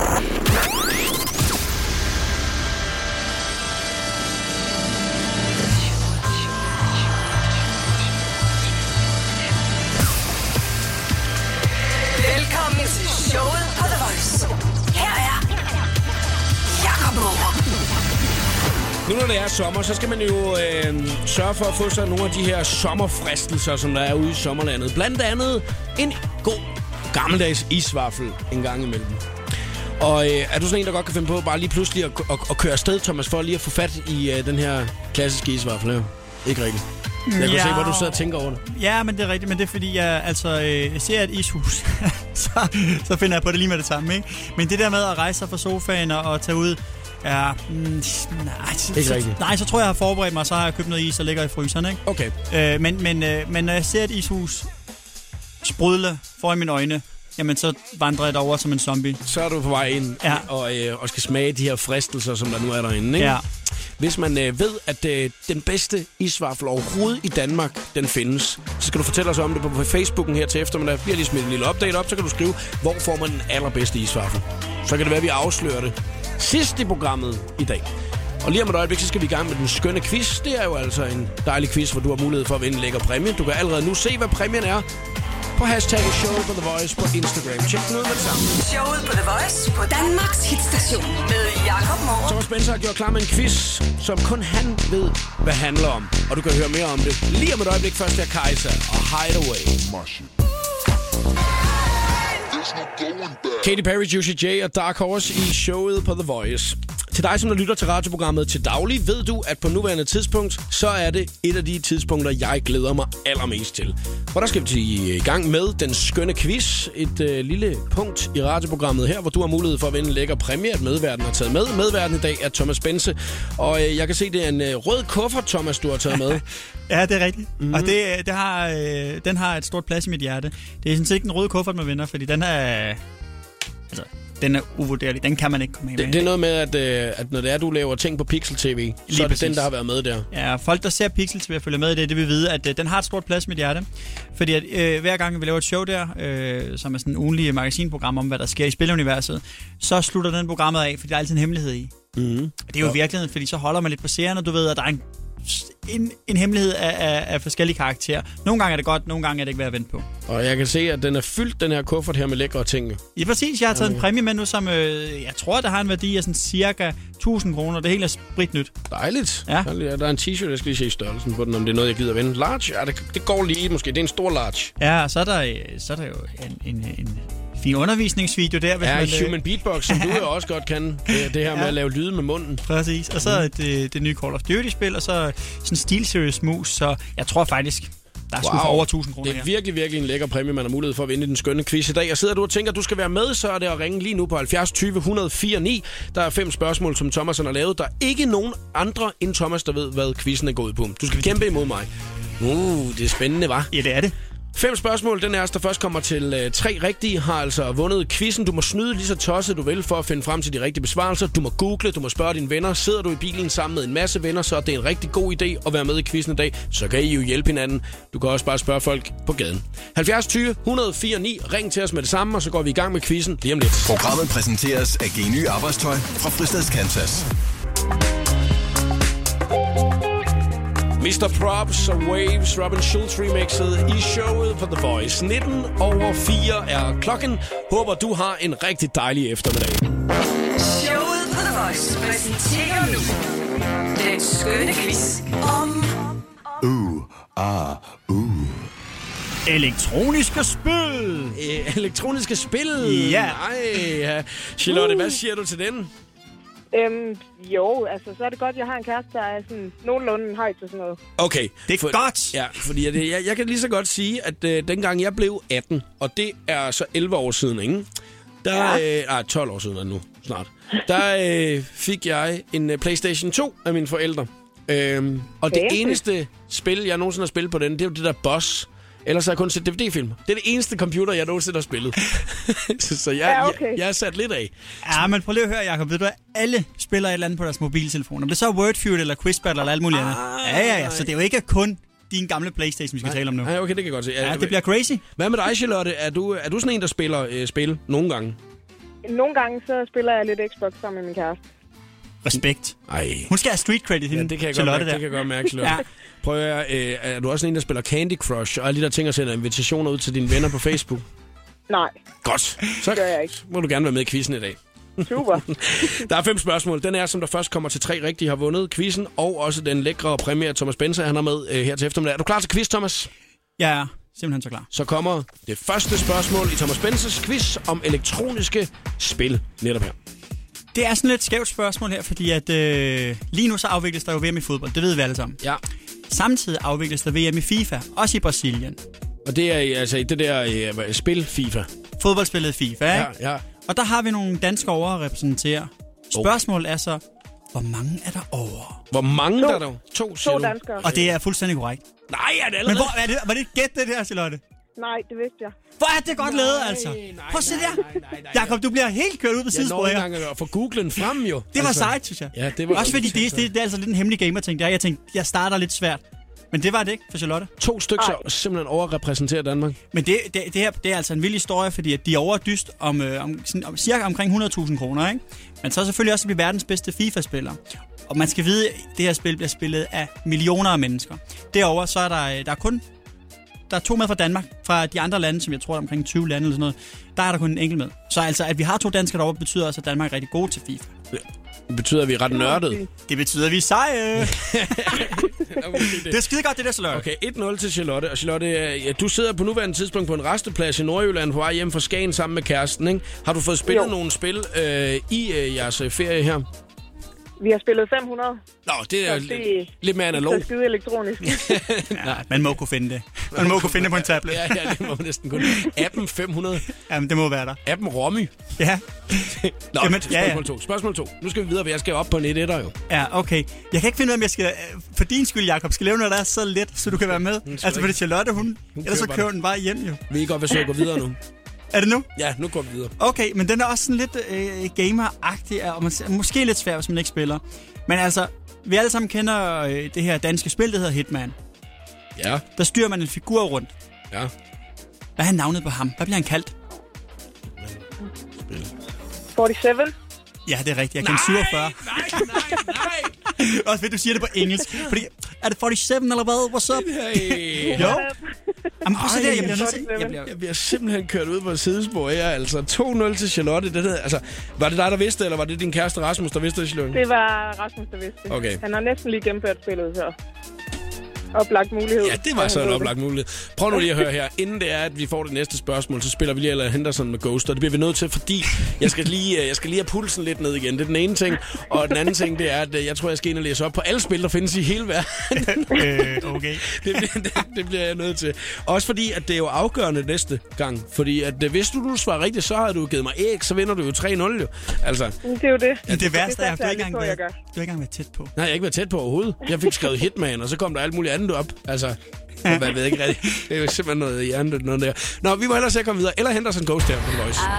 Showet på The Voice. Her er Jakob Morup. Nu når det er sommer, så skal man jo øh, sørge for at få sig nogle af de her sommerfristelser, som der er ude i sommerlandet. Blandt andet en god gammeldags isvaffel en gang imellem. Og øh, er du sådan en, der godt kan finde på bare lige pludselig at, at, at køre afsted, Thomas, for lige at få fat i øh, den her klassiske isvaffel her? Ikke rigtigt. Jeg kan ja. se, hvor du sidder og tænker over det. Ja, men det er rigtigt, men det er fordi, jeg altså øh, ser et ishus, så, så finder jeg på det lige med det samme, ikke? Men det der med at rejse sig fra sofaen og, og tage ud, er... Mm, nej, så, ikke rigtigt. Nej, så tror jeg, jeg har forberedt mig, og så har jeg købt noget is, og ligger i fryseren, ikke? Okay. Øh, men, men, øh, men når jeg ser et ishus sprudle foran mine øjne, jamen så vandrer jeg derover som en zombie. Så er du på vej ind ja. og, øh, og skal smage de her fristelser, som der nu er derinde, ikke? Ja. Hvis man øh, ved, at øh, den bedste isvaffel overhovedet i Danmark, den findes, så skal du fortælle os om det på Facebooken her til eftermiddag. Vi har lige smidt en lille update op, så kan du skrive, hvor får man den allerbedste isvaffel. Så kan det være, at vi afslører det sidst i programmet i dag. Og lige om et øjeblik, så skal vi i gang med den skønne quiz. Det er jo altså en dejlig quiz, hvor du har mulighed for at vinde en lækker præmie. Du kan allerede nu se, hvad præmien er på hashtagget showet på The Voice på Instagram. Tjek den ud med det samme. Showet på The Voice på Danmarks hitstation med Jakob Morup. Thomas Bense har gjort klar med en quiz, som kun han ved, hvad handler om. Og du kan høre mere om det lige om et øjeblik. Først er Kajsa og Hideaway. Katy Perry, Juicy J og Dark Horse i showet på The Voice. Til dig, som der lytter til radioprogrammet til daglig, ved du, at på nuværende tidspunkt, så er det et af de tidspunkter, jeg glæder mig allermest til. For der skal vi i gang med den skønne quiz. Et øh, lille punkt i radioprogrammet her, hvor du har mulighed for at vinde en lækker præmie, at medverden har taget med. Medverden i dag er Thomas Bense, og øh, jeg kan se, det er en øh, rød kuffert, Thomas, du har taget med. Ja, det er rigtigt. Mm-hmm. Og det, det har, øh, den har et stort plads i mit hjerte. Det er sådan set ikke en rød kuffert, man vinder, fordi den er... Altså, den er uvurderlig. Den kan man ikke komme af med. Det, det er noget med, at, øh, at når det er, du laver ting på Pixel T V, lige så er det præcis den, der har været med der. Ja, folk, der ser Pixel T V og følger med i det, det vil vide, at øh, den har et stort plads i mit hjerte. Fordi at, øh, hver gang vi laver et show der, øh, som er sådan en ugenlig magasinprogram om, hvad der sker i spiluniverset, så slutter den programmet af, fordi der er altid en hemmelighed i. Mm-hmm. Det er jo ja. virkeligheden, fordi så holder man lidt på serien, og du ved, at der er en En, en hemmelighed af, af, af forskellige karakterer. Nogle gange er det godt, nogle gange er det ikke værd at vente på. Og jeg kan se, at den er fyldt, den her kuffert her med lækre ting. Ja, præcis. Jeg har taget okay. en præmie med nu, som øh, jeg tror, der har en værdi af sådan cirka tusind kroner. Det hele er spritnyt. Dejligt. Ja. Der er en t-shirt, jeg skal lige se størrelsen på den, om det er noget, jeg gider vende. Large? Ja, det, det går lige måske. Det er en stor large. Ja, og så er der, så er der jo en, en, en fin undervisningsvideo der. Hvis ja, man, Human Beatbox, som du jo også godt kan. Det, det her med ja. at lave lyde med munden. Præcis. Og så mm. det, det nye Call of Duty-spil, og så sådan SteelSeries mus. Så jeg tror faktisk, der er wow. sgu for over tusind kroner. Det er virkelig, virkelig en lækker præmie, man har mulighed for at vinde i den skønne quiz i dag. Og sidder du og tænker, at du skal være med, så er det at ringe lige nu på halvfjerds tyve et hundrede fire ni. Der er fem spørgsmål, som Thomas har lavet. Der er ikke nogen andre end Thomas, der ved, hvad quizzen er gået på. Du skal kæmpe imod mig. Uh, det er spændende, hva'? Ja, det er det. Fem spørgsmål. Den er der først kommer til øh, tre rigtige, har altså vundet quizzen. Du må snyde lige så tosset du vil for at finde frem til de rigtige besvarelser. Du må google, du må spørge dine venner. Sidder du i bilen sammen med en masse venner, så er det en rigtig god idé at være med i quizzen i dag. Så kan I jo hjælpe hinanden. Du kan også bare spørge folk på gaden. halvfjerds tyve et nul fire ni. Ring til os med det samme, og så går vi i gang med quizzen lige om lidt. Programmet præsenteres af Geny Arbejdstøj fra Fristads Kansas. mister Props og Waves, Robin Schulz remixet i showet på The Voice. nitten over fire er klokken. Håber, du har en rigtig dejlig eftermiddag. Showet på The Voice præsenterer nu den skønne quiz om... Uh, ah, uh. Elektroniske spil! Øh, elektroniske spil? Ja. Nej, ja. Charlotte, uh. hvad siger du til den? Øhm, jo, altså, så er det godt, at jeg har en kæreste, der er sådan nogenlunde højt til sådan noget. Okay. Det er for, godt! Ja, fordi jeg, jeg, jeg kan lige så godt sige, at øh, dengang jeg blev atten, og det er så elleve år siden, ikke? Der, ja. øh, nej, tolv år siden er det nu, snart. Der øh, fik jeg en uh, PlayStation to af mine forældre. Øhm, og okay. Det eneste spil, jeg nogensinde har spillet på den, det er jo det der Boss. Ellers har jeg kun set D V D-film. Det er det eneste computer, jeg nogensinde har spillet. så jeg, ja, okay. jeg, jeg er sat lidt af. Ja, men prøv lige at høre, Jacob. Ved du, at alle spiller et eller andet på deres mobiltelefon. Om det så er Wordfeud eller Quiz Battle eller alt muligt andet. Ja, ja, ja. Så det er jo ikke kun din gamle PlayStation, vi skal nej, tale om nu. Nej, okay, det kan jeg godt se. Ja, det bliver crazy. Hvad med dig, Charlotte? Er du, er du sådan en, der spiller øh, spil nogle gange? Nogle gange så spiller jeg lidt Xbox sammen med min kæreste. Respekt. Ej. Hun skal have street credit, hende. Ja, det kan jeg Charlotte godt mærke, det kan jeg godt mærke, Charlotte. Ja. Prøv at, øh, er du også en, der spiller Candy Crush, og alle de der ting, og sender invitationer ud til dine venner på Facebook? Nej. Godt. Så gør jeg ikke. må du gerne være med i quizzen i dag. Super. Der er fem spørgsmål. Den er, som der først kommer til tre rigtige, har vundet quizzen, og også den lækre præmie, Thomas Benser, han har med øh, her til eftermiddag. Er du klar til quiz, Thomas? Ja, ja. Simpelthen så klar. Så kommer det første spørgsmål i Thomas Bensers quiz om elektroniske spil. Netop her. Det er sådan lidt skævt spørgsmål her, fordi at øh, lige nu så afvikles der jo V M i fodbold. Det ved vi alle sammen. Ja. Samtidig afvikles der V M i FIFA, også i Brasilien. Og det er altså det der øh, spil FIFA. Fodboldspillet FIFA, ikke? Ja, ja. Og der har vi nogle danskere over at repræsentere. Spørgsmålet er så, hvor mange er der over? Hvor mange to. der er der? To, to danskere. Og det er fuldstændig korrekt. Nej, er det allerede? Men hvor, er det, var det et gæt, det der, Charlotte? Nej, det vidste jeg. Hvor er det godt nej, lavet, altså? Prøv at se der. Jakob, du bliver helt kørt ud på sidesporet her. Jeg når at få googlen frem, jo. Det var altså, sejt, synes jeg. Ja, det var også fordi det, det, det er altså lidt en hemmelig gamer-ting. Jeg tænkte, jeg starter lidt svært. Men det var det ikke for Charlotte. To stykker så simpelthen overrepræsenterer Danmark. Men det, det, det her det er altså en vild historie, fordi at de er overdyst om, øh, om, sådan, om cirka omkring hundrede tusind kroner, ikke? Men så selvfølgelig også at blive verdens bedste FIFA-spiller. Og man skal vide, at det her spil bliver spillet af millioner af mennesker. Derover så er der, der er kun der er to med fra Danmark. Fra de andre lande, som jeg tror er omkring tyve lande eller sådan noget, der er der kun en enkelt med. Så altså, at vi har to danskere derovre, betyder også, at Danmark er rigtig gode til FIFA. Det betyder, at vi er ret nørdede. Det betyder, at vi er seje. Det er skide godt, det der, Charlotte. Okay, et nul til Charlotte. Og Charlotte, ja, du sidder på nuværende tidspunkt på en resteplads i Nordjylland på vej hjem fra Skagen sammen med kæresten, ikke? Har du fået spillet jo. nogle spil øh, i øh, jeres ferie her? Vi har spillet fem hundrede. Nå, det er det lidt, lidt mere analog. Det er skide elektronisk. Ja, man må kunne finde det. Man må kunne finde det på en tablet. Ja, ja, det må man næsten kunne. Appen fem hundrede. Jamen, det må være der. Appen Rommy. Ja. Nå, Jamen, spørgsmål ja, ja. to. Spørgsmål to. Nu skal vi videre, for jeg skal op på en et etter jo. Ja, okay. Jeg kan ikke finde ud af, om jeg skal, for din skyld, Jacob, skal lave noget, der er så let, så du kan være med. Altså, fordi Charlotte, hun, hun ellers så kører den bare hjem jo. Vi kan godt være så gå videre nu. Er det nu? Ja, nu går vi videre. Okay, men den er også sådan lidt øh, gamer-agtig, og måske lidt svær, hvis man ikke spiller. Men altså, vi alle sammen kender øh, det her danske spil, der hedder Hitman. Ja. Der styrer man en figur rundt. Ja. Hvad er navnet på ham? Hvad bliver han kaldt? syvogfyrre. Ja, det er rigtigt. Jeg kan syvogfyrre. Nej, nej, nej. Også fedt, du siger det på engelsk. Fordi, er det syvogfyrre eller hvad? What's up? Hey. Jo. Jamen, prøv så der, jeg bliver nødt til. Jeg bliver, jeg bliver simpelthen kørt ud på et sidespor her. Altså to nul til Charlotte. Det der, altså, var det dig, der vidste, eller var det din kæreste Rasmus, der vidste det, Charlotte? Det var Rasmus, der vidste. Okay. Han har næsten lige gennemført spillet så. Oplagt mulighed. Ja, det var så en oplagt mulighed. Prøv nu lige at høre her. Inden det er, at vi får det næste spørgsmål, så spiller vi lige Ella Henderson med Ghost. Og det bliver vi nødt til, fordi jeg skal lige, jeg skal lige have pulsen lidt ned igen. Det er den ene ting. Og den anden ting, det er, at jeg tror, jeg skal ind og læse op på alle spil, der findes i hele verden. øh, okay. Det bliver, det, det bliver jeg nødt til. Også fordi, at det er jo afgørende næste gang. Fordi at hvis du nu svarer rigtigt, så har du givet mig æg, så vinder du jo tre nul jo. Altså. Det er jo det. Ja, det værste er, at du ikke engang været, været tæt på. Nej, jeg har ikke været tæt på overhovedet. Jeg fik skrevet Hitman, og så kom der alt muligt andet op. Altså, jeg ved ikke rigtigt. Det er jo simpelthen noget hjerne, noget der. Nå, vi må hellere se at komme videre. Eller Henderson Ghost her på The Voice.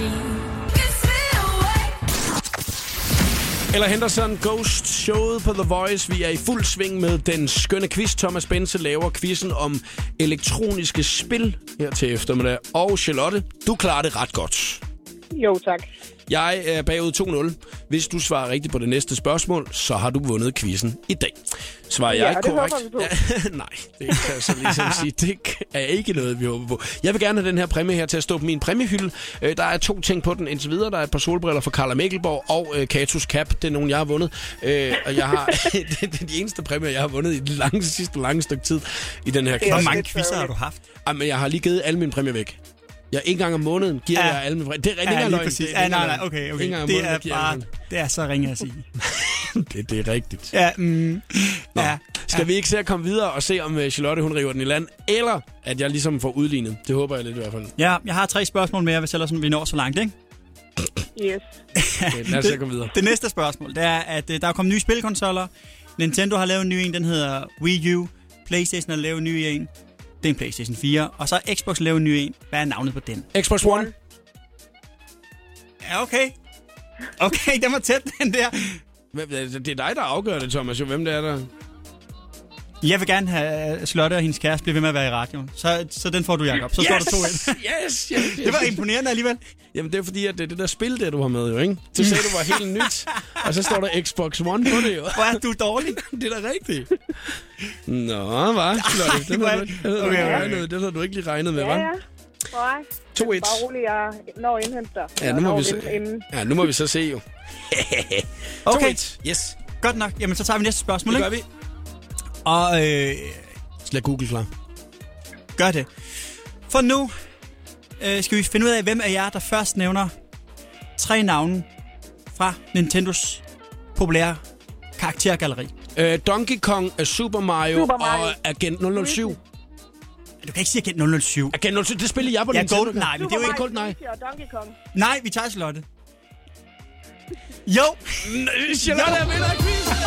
Eller Henderson Ghost, showet på The Voice. Vi er i fuld sving med den skønne quiz. Thomas Bense laver quizzen om elektroniske spil her til eftermiddag. Og Charlotte, du klarer det ret godt. Jo, tak. Jeg er bagud to nul. Hvis du svarer rigtigt på det næste spørgsmål, så har du vundet quizzen i dag. Svarer Ja, jeg det korrekt? håber vi på. Nej, det kan jeg så ligesom sige. Det er ikke noget, vi håber på. Jeg vil gerne have den her præmie her til at stå på min præmiehylde. Øh, Der er to ting på den indtil videre. Der er et par solbriller fra Karla Mikkelborg og øh, Katus Cap. Det er nogen, jeg har vundet. Øh, og jeg har, det er de eneste præmier, jeg har vundet i det lange, sidste lange stykke tid i den her quiz. Hvor mange quizzer har du haft? Jamen, jeg har lige givet alle mine præmier væk. Jeg en gang om måneden giver Ja. jeg alle mine præmier. Det er rigtig Ja, ja, lige løgn. præcis. Det er Ja, ikke nej, nej, løgn. okay, En okay. gang om Det måneden er giver jeg bare, alle. det er så ringe at sige. det, det er rigtigt. Ja, mm, Nå. ja. Skal vi ikke se at komme videre og se, om Charlotte hun river den i land, eller at jeg ligesom får udlignet? Det håber jeg lidt i hvert fald. Ja, jeg har tre spørgsmål mere, hvis ellers vi når så langt, ikke? Yes. Okay, lad os se at komme videre. Det næste spørgsmål, det er, at øh, der er kommet nye spilkonsoller. Nintendo har lavet en ny en, den hedder Wii U. PlayStation har lavet en ny en. Det er en PlayStation fire. Og så har Xbox lavet en ny en. Hvad er navnet på den? Xbox One. Ja, okay. Okay, den var tæt, den der. Hvem- Det er dig, der afgør det, Thomas. Jo, hvem det er der? Jeg vil gerne have Charlotte og hendes kæreste blive ved med at være i radioen. Så, så den får du, Jacob. Så står der to ind. Yes, yes, yes. Det var imponerende alligevel. Jamen, det er fordi, at det er det der spil, der du har med, jo, ikke? Så sagde du var helt nyt, og så står der Xbox One på det, jo. Hvor er du dårlig? Det er da rigtigt. Nå, hva? Charlotte? Den hvor er havde du det- ikke- den havde du okay, ikke okay. regnet- den havde du ikke lige regnet med, Ja, hva'? ja. Nej. to et. Bare roligt, jeg når at indhente dig. Ja, nu må Når vi se. inden- Ja, nu må vi så se, jo. Okay, to et. Yes, godt nok. Jamen, så tager vi næste spørgsmål, det ikke? gør vi. Og øh, Så lad Google klar. gør det. For nu øh, skal vi finde ud af, hvem af jer, der først nævner tre navne fra Nintendos populære karaktergalleri. Øh, Donkey Kong, uh, Super Mario, Super Mario. og Agent nul nul syv. Du kan ikke sige Agent nul nul syv. Agent nul nul syv, det spiller jeg på Ja, Nintendo. Golden, nej, men det er jo Super ikke... Mario, nej. Luigi og Donkey Kong. Nej, vi tager Charlotte. Jo! Charlotte er vinder af quizzen.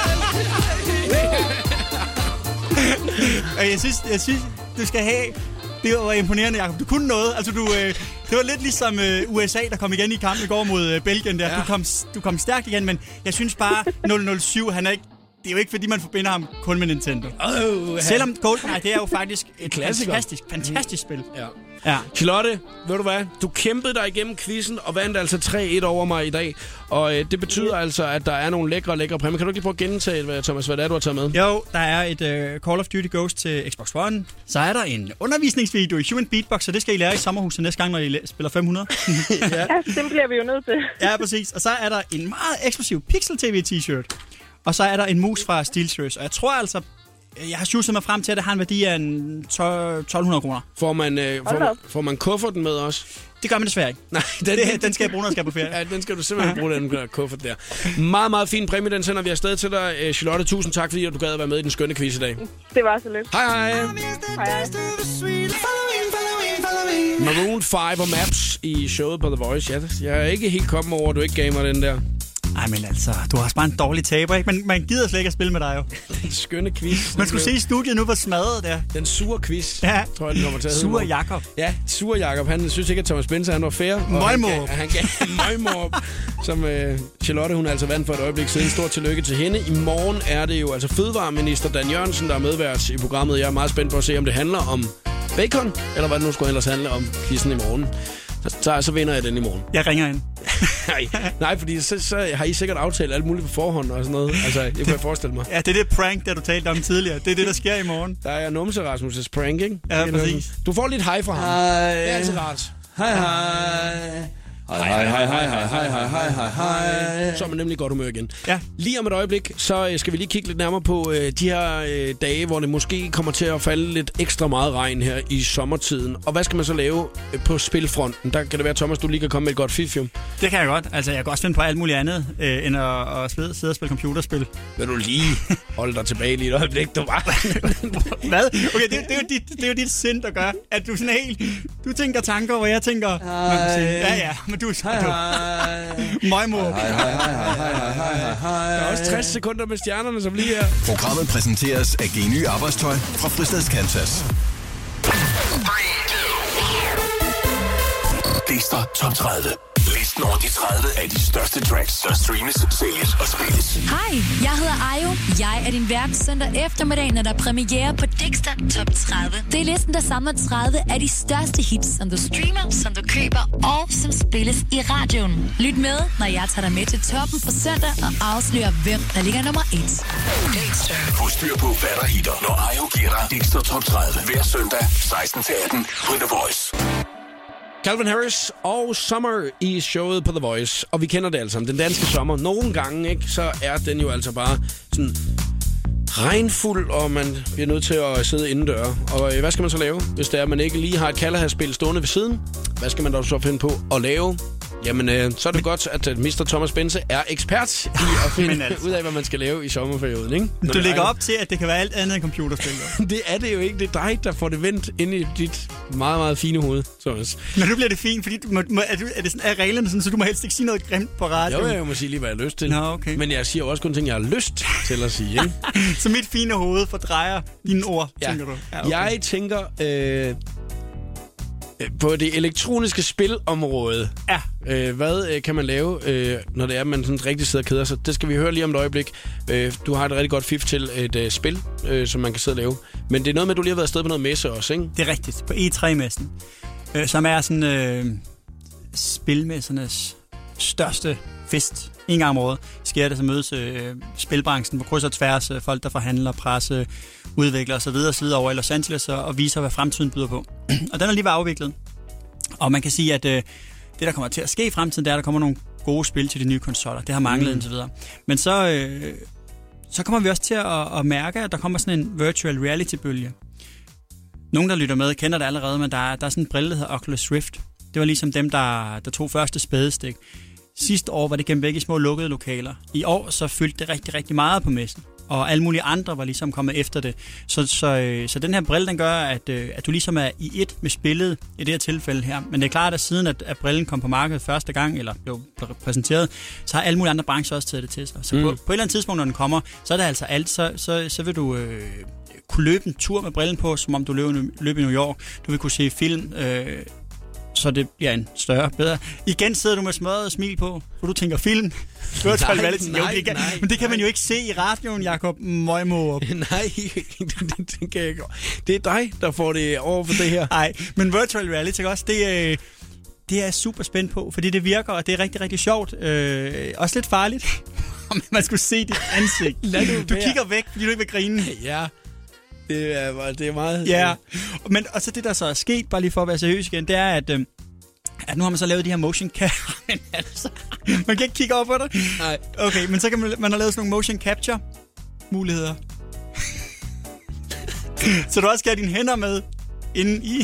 Og jeg synes, jeg synes, du skal have... Det var imponerende, Jacob. Du kunne noget. Altså, du, øh, det var lidt ligesom øh, U S A, der kom igen i kampen i går mod øh, Belgien. Der. Ja. Du, kom, du kom stærkt igen, men jeg synes bare, nul nul syv, han er ikke... Det er jo ikke, fordi man forbinder ham kun med Nintendo. Oh, Selvom GoldenEye, det er jo faktisk et klassiker. fantastisk, fantastisk spil. Ja. Ja. Charlotte, ved du hvad? Du kæmpede dig igennem quizzen og vandt altså tre et over mig i dag. Og øh, det betyder altså, at der er nogle lækre, lækre præmier. Kan du ikke lige prøve at gentage, hvad, Thomas, hvad det er, du har taget med? Jo, der er et uh, Call of Duty Ghost til Xbox One. Så er der en undervisningsvideo i Human Beatbox, så det skal I lære i sommerhuset næste gang, når I læ- spiller fem hundrede. Ja, den bliver vi jo nødt til. Ja, præcis. Og så er der en meget eksklusiv Pixel T V t-shirt. Og så er der en mus fra SteelSeries. Og jeg tror altså, jeg har sjusset mig frem til, at det har en værdi af en tolv hundrede kroner. Får man, øh, får, Hold da man, op. får man kufferten med også? Det gør man desværre ikke. Nej, den, Det, den skal jeg bruge, når jeg skal på ferie. Ja, den skal du simpelthen bruge, den der kuffert der. Meget, meget fin præmie, den sender vi afsted til dig. Øh, Charlotte, tusind tak, fordi du gad at være med i den skønne quiz i dag. Det var så lidt. Hej, hej. Hej, hej. Maroon fem og Maps i showet på The Voice. Ja, jeg er ikke helt kommet over, at du ikke gav mig den der. Ej, men altså, du har også bare en dårlig taber, ikke? Man, man gider slet ikke at spille med dig, jo. Den skønne quiz. Man skulle se studiet nu, hvor smadret der. Den sure quiz, Ja. tror jeg, den kommer til at hedde. Sure Jakob. Ja, Sure Jakob, han synes ikke, at Thomas Bense, han var fair. og Møgmåb. Han gav, han gav møgmåb, som øh, Charlotte, hun altså vandt for et øjeblik siden. Stort tillykke til hende. I morgen er det jo altså fødevareminister Dan Jørgensen, der er medvært i programmet. Jeg er meget spændt på at se, om det handler om bacon, eller hvad det nu skulle ellers handle om quizzen i morgen. Så, så, så vinder jeg den i morgen. Jeg ringer ind. Nej, nej, fordi så, så har I sikkert aftalt alt muligt på forhånd og sådan noget. Altså, det kan jeg forestille mig. Ja, det er det prank, der du talte om tidligere. Det er det, der sker i morgen. Der er Numse Rasmus' prank, ikke? Ja, præcis. Du får lidt hej fra ham. Hej. Det er altid rart. Hej, hej. Hej, hej, hej, hej, hej, hej, hej, hej, hej. Så er man nemlig i godt humør igen. Ja. Lige om et øjeblik, så øh, skal vi lige kigge lidt nærmere på øh, de her øh, dage, hvor det måske kommer til at falde lidt ekstra meget regn her i sommertiden. Og hvad skal man så lave øh, på spilfronten? Der kan det være, Thomas, du lige kan komme med et godt fifjum. Det kan jeg godt. Altså, jeg kan også finde på alt muligt andet, øh, end at, at spille, sidde og spille computerspil. Vil du lige holde dig tilbage lige et øjeblik, du var? Hvad? Okay, det, det, er jo dit, det er jo dit sind, der gør, at du sådan helt... Du tænker tanker, hvor jeg tænker... Man kan sige, ja, ja, men du Hej, hej. Møgmo. Hej, hej, hej, hej, hej, hej, hej, hej. Der er også tres sekunder med stjernerne, som lige her. Programmet præsenteres af Geny Arbejdstøj fra Fristads Kansas. Gæster top tredive. Listen over de tredive af de største tracks, der streames, sælges og spilles. Hej, jeg hedder Ayo. Jeg er din vært søndag eftermiddag, når der er premiere på Dexter Top tredive. Det er listen, der samler tredive af de største hits, som du streamer, som du køber og som spilles i radioen. Lyt med, når jeg tager dig med til toppen på søndag og afslører, hvem der ligger nummer et. Dexter. Få styr på, hvad der hitter, når Ayo giver dig Dexter Top tredive hver søndag seksten til atten på The Voice. Calvin Harris og Summer i showet på The Voice. Og vi kender det altså. Den danske sommer. Nogle gange, ikke, så er den jo altså bare sådan regnfuld, og man bliver nødt til at sidde indendør. Og hvad skal man så lave, hvis det er, at man ikke lige har et Kalahas-spil stående ved siden? Hvad skal man da så finde på at lave? Jamen, øh, så er det godt, at mister Thomas Bense er ekspert i at finde altså. ud af, hvad man skal lave i sommerperioden, ikke? Når du lægger op til, at det kan være alt andet end computerspil. Det er det jo ikke. Det er dig, der får det vendt ind i dit meget, meget fine hoved, Thomas. Men nu bliver det fint, fordi du må, må, er, du, er, det sådan, er reglerne sådan, så du må helst ikke sige noget grimt på radioen? Jo, jeg må sige lige, hvad jeg har lyst til. Nå, okay. Men jeg siger også kun ting, jeg har lyst til at sige, ikke? Så mit fine hoved fordrejer dine ord, ja. tænker du? Ja, okay. Jeg tænker... Øh, på det elektroniske spilområde. Ja. Øh, hvad øh, kan man lave, øh, når det er, man sådan rigtig sidder og keder sig? Det skal vi høre lige om et øjeblik. Øh, du har et rigtig godt fif til et øh, spil, øh, som man kan sidde og lave. Men det er noget med, at du lige har været afsted på noget messe også, ikke? Det er rigtigt. På E tre-messen. Øh, som er sådan øh, spilmessernes største fest. En gang om året sker det, så mødes øh, spilbranchen på kryds og tværs. Øh, folk, der forhandler, presse, udvikler osv. osv. over i Los Angeles og, og viser, hvad fremtiden byder på. Og den er lige været afviklet. Og man kan sige, at øh, det, der kommer til at ske i fremtiden, det er, at der kommer nogle gode spil til de nye konsoller. Det har manglet mm. indtil videre. Men så, øh, så kommer vi også til at, at mærke, at der kommer sådan en virtual reality-bølge. Nogle, der lytter med, kender det allerede, men der er, der er sådan en brille, der hedder Oculus Rift. Det var ligesom dem, der, der tog første spadestik. Sidste år var det gennem væk i små lukkede lokaler. I år så fyldte det rigtig, rigtig meget på messen. Og alle mulige andre var ligesom kommet efter det. Så, så, så den her brille, den gør, at, at du ligesom er i et med spillet i det her tilfælde her. Men det er klart, at siden at, at brillen kom på markedet første gang, eller blev præsenteret, så har alle mulige andre brancher også taget det til sig. Så mm. på, på et eller andet tidspunkt, når den kommer, så er det altså alt. Så, så, så vil du øh, kunne løbe en tur med brillen på, som om du løber, løber i New York. Du vil kunne se film... Øh, så det bliver en større, bedre. Igen sidder du med smadret smil på, for du tænker film. nej, nej, jo, det kan, nej, men det kan nej. man jo ikke se i radioen, Jakob Møgmo. Nej, det, det kan jeg ikke. Det er dig, der får det over for det her. Nej, men virtual reality også, det, øh, det er jeg super spændt på, fordi det virker, og det er rigtig, rigtig sjovt. Øh, også lidt farligt, om man skulle se dit ansigt. Du kigger væk, fordi du ikke vil grine. Ja. Det er, det er meget... Ja, men og så det, der så er sket, bare lige for at være seriøs igen, det er, at, øh, at nu har man så lavet de her motion capture. Men altså, man kan ikke kigge over på dig. Nej. Okay, men så kan man, man har lavet sådan nogle motion capture muligheder. Så du også skal have dine hænder med inden i...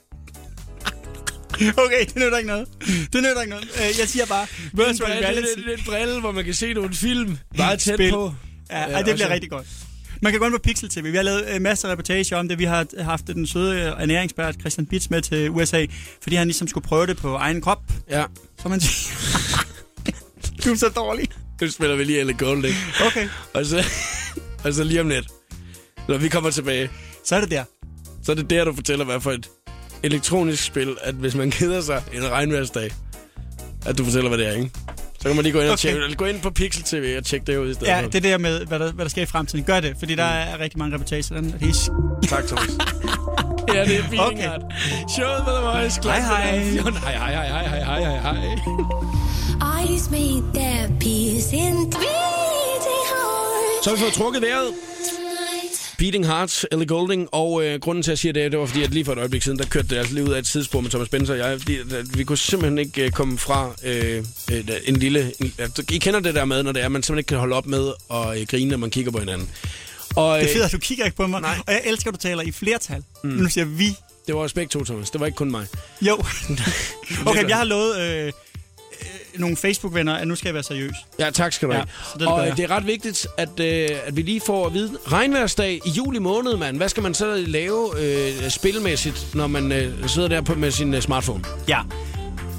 Okay, det nytter ikke noget. Det nytter ikke noget. Jeg siger bare... Det er en brille, hvor man kan se nogle film. Bare tæt Spil. på. Ja, ja, det bliver rigtig godt. Man kan gå ind på Pixel T V. Vi har lavet uh, masser af reportager om det. Vi har haft den søde ernæringsbært Christian Bitz med til U S A, fordi han ligesom skulle prøve det på egen krop. Ja. Så man siger... Du er så dårlig. Nu spiller vi lige Ellie Goulding. Okay. Og så, og så lige om lidt, når vi kommer tilbage, så er det der. Så er det der, du fortæller, hvad for et elektronisk spil, at hvis man keder sig en regnværsdag, at du fortæller, hvad det er, ikke? Så kan man lige gå ind, og okay. tjekke, gå ind på Pixel T V og tjekke det ud i stedet. Ja, det er det med, hvad der, hvad der sker i fremtiden. Gør det, fordi der er rigtig mange reportager. Den er is- tak, Thomas. Ja, det er Beating okay. Heart. Showet med The Voice. Hej, hej. Hej, hej, hej, hej, hej, hej, hej, hej. Eyes made their peace in beating heart. Så har vi fået trukket vejret. Beating Heart, Ellie Goulding, og øh, grunden til at sige det, det var fordi, at lige for et øjeblik siden, der kørte det altså lige ud af et tidsspor med Thomas Bense og jeg. Vi, vi kunne simpelthen ikke øh, komme fra øh, en lille... En, I kender det der med, når det er, man simpelthen ikke kan holde op med at øh, grine, når man kigger på hinanden. Og, øh, det er fedt, at du kigger ikke på mig, nej. Og jeg elsker, at du taler i flertal. Mm. Men nu siger vi. Det var også begge to, Thomas. Det var ikke kun mig. Jo. Okay, jeg har lovet... Øh, nogle Facebook-venner, at nu skal jeg være seriøs. Ja, tak skal du have. Ja, det og det er ret vigtigt, at, øh, at vi lige får at vide, regnværsdag i juli måned, mand. Hvad skal man så lave øh, spilmæssigt, når man øh, sidder der på, med sin øh, smartphone? Ja,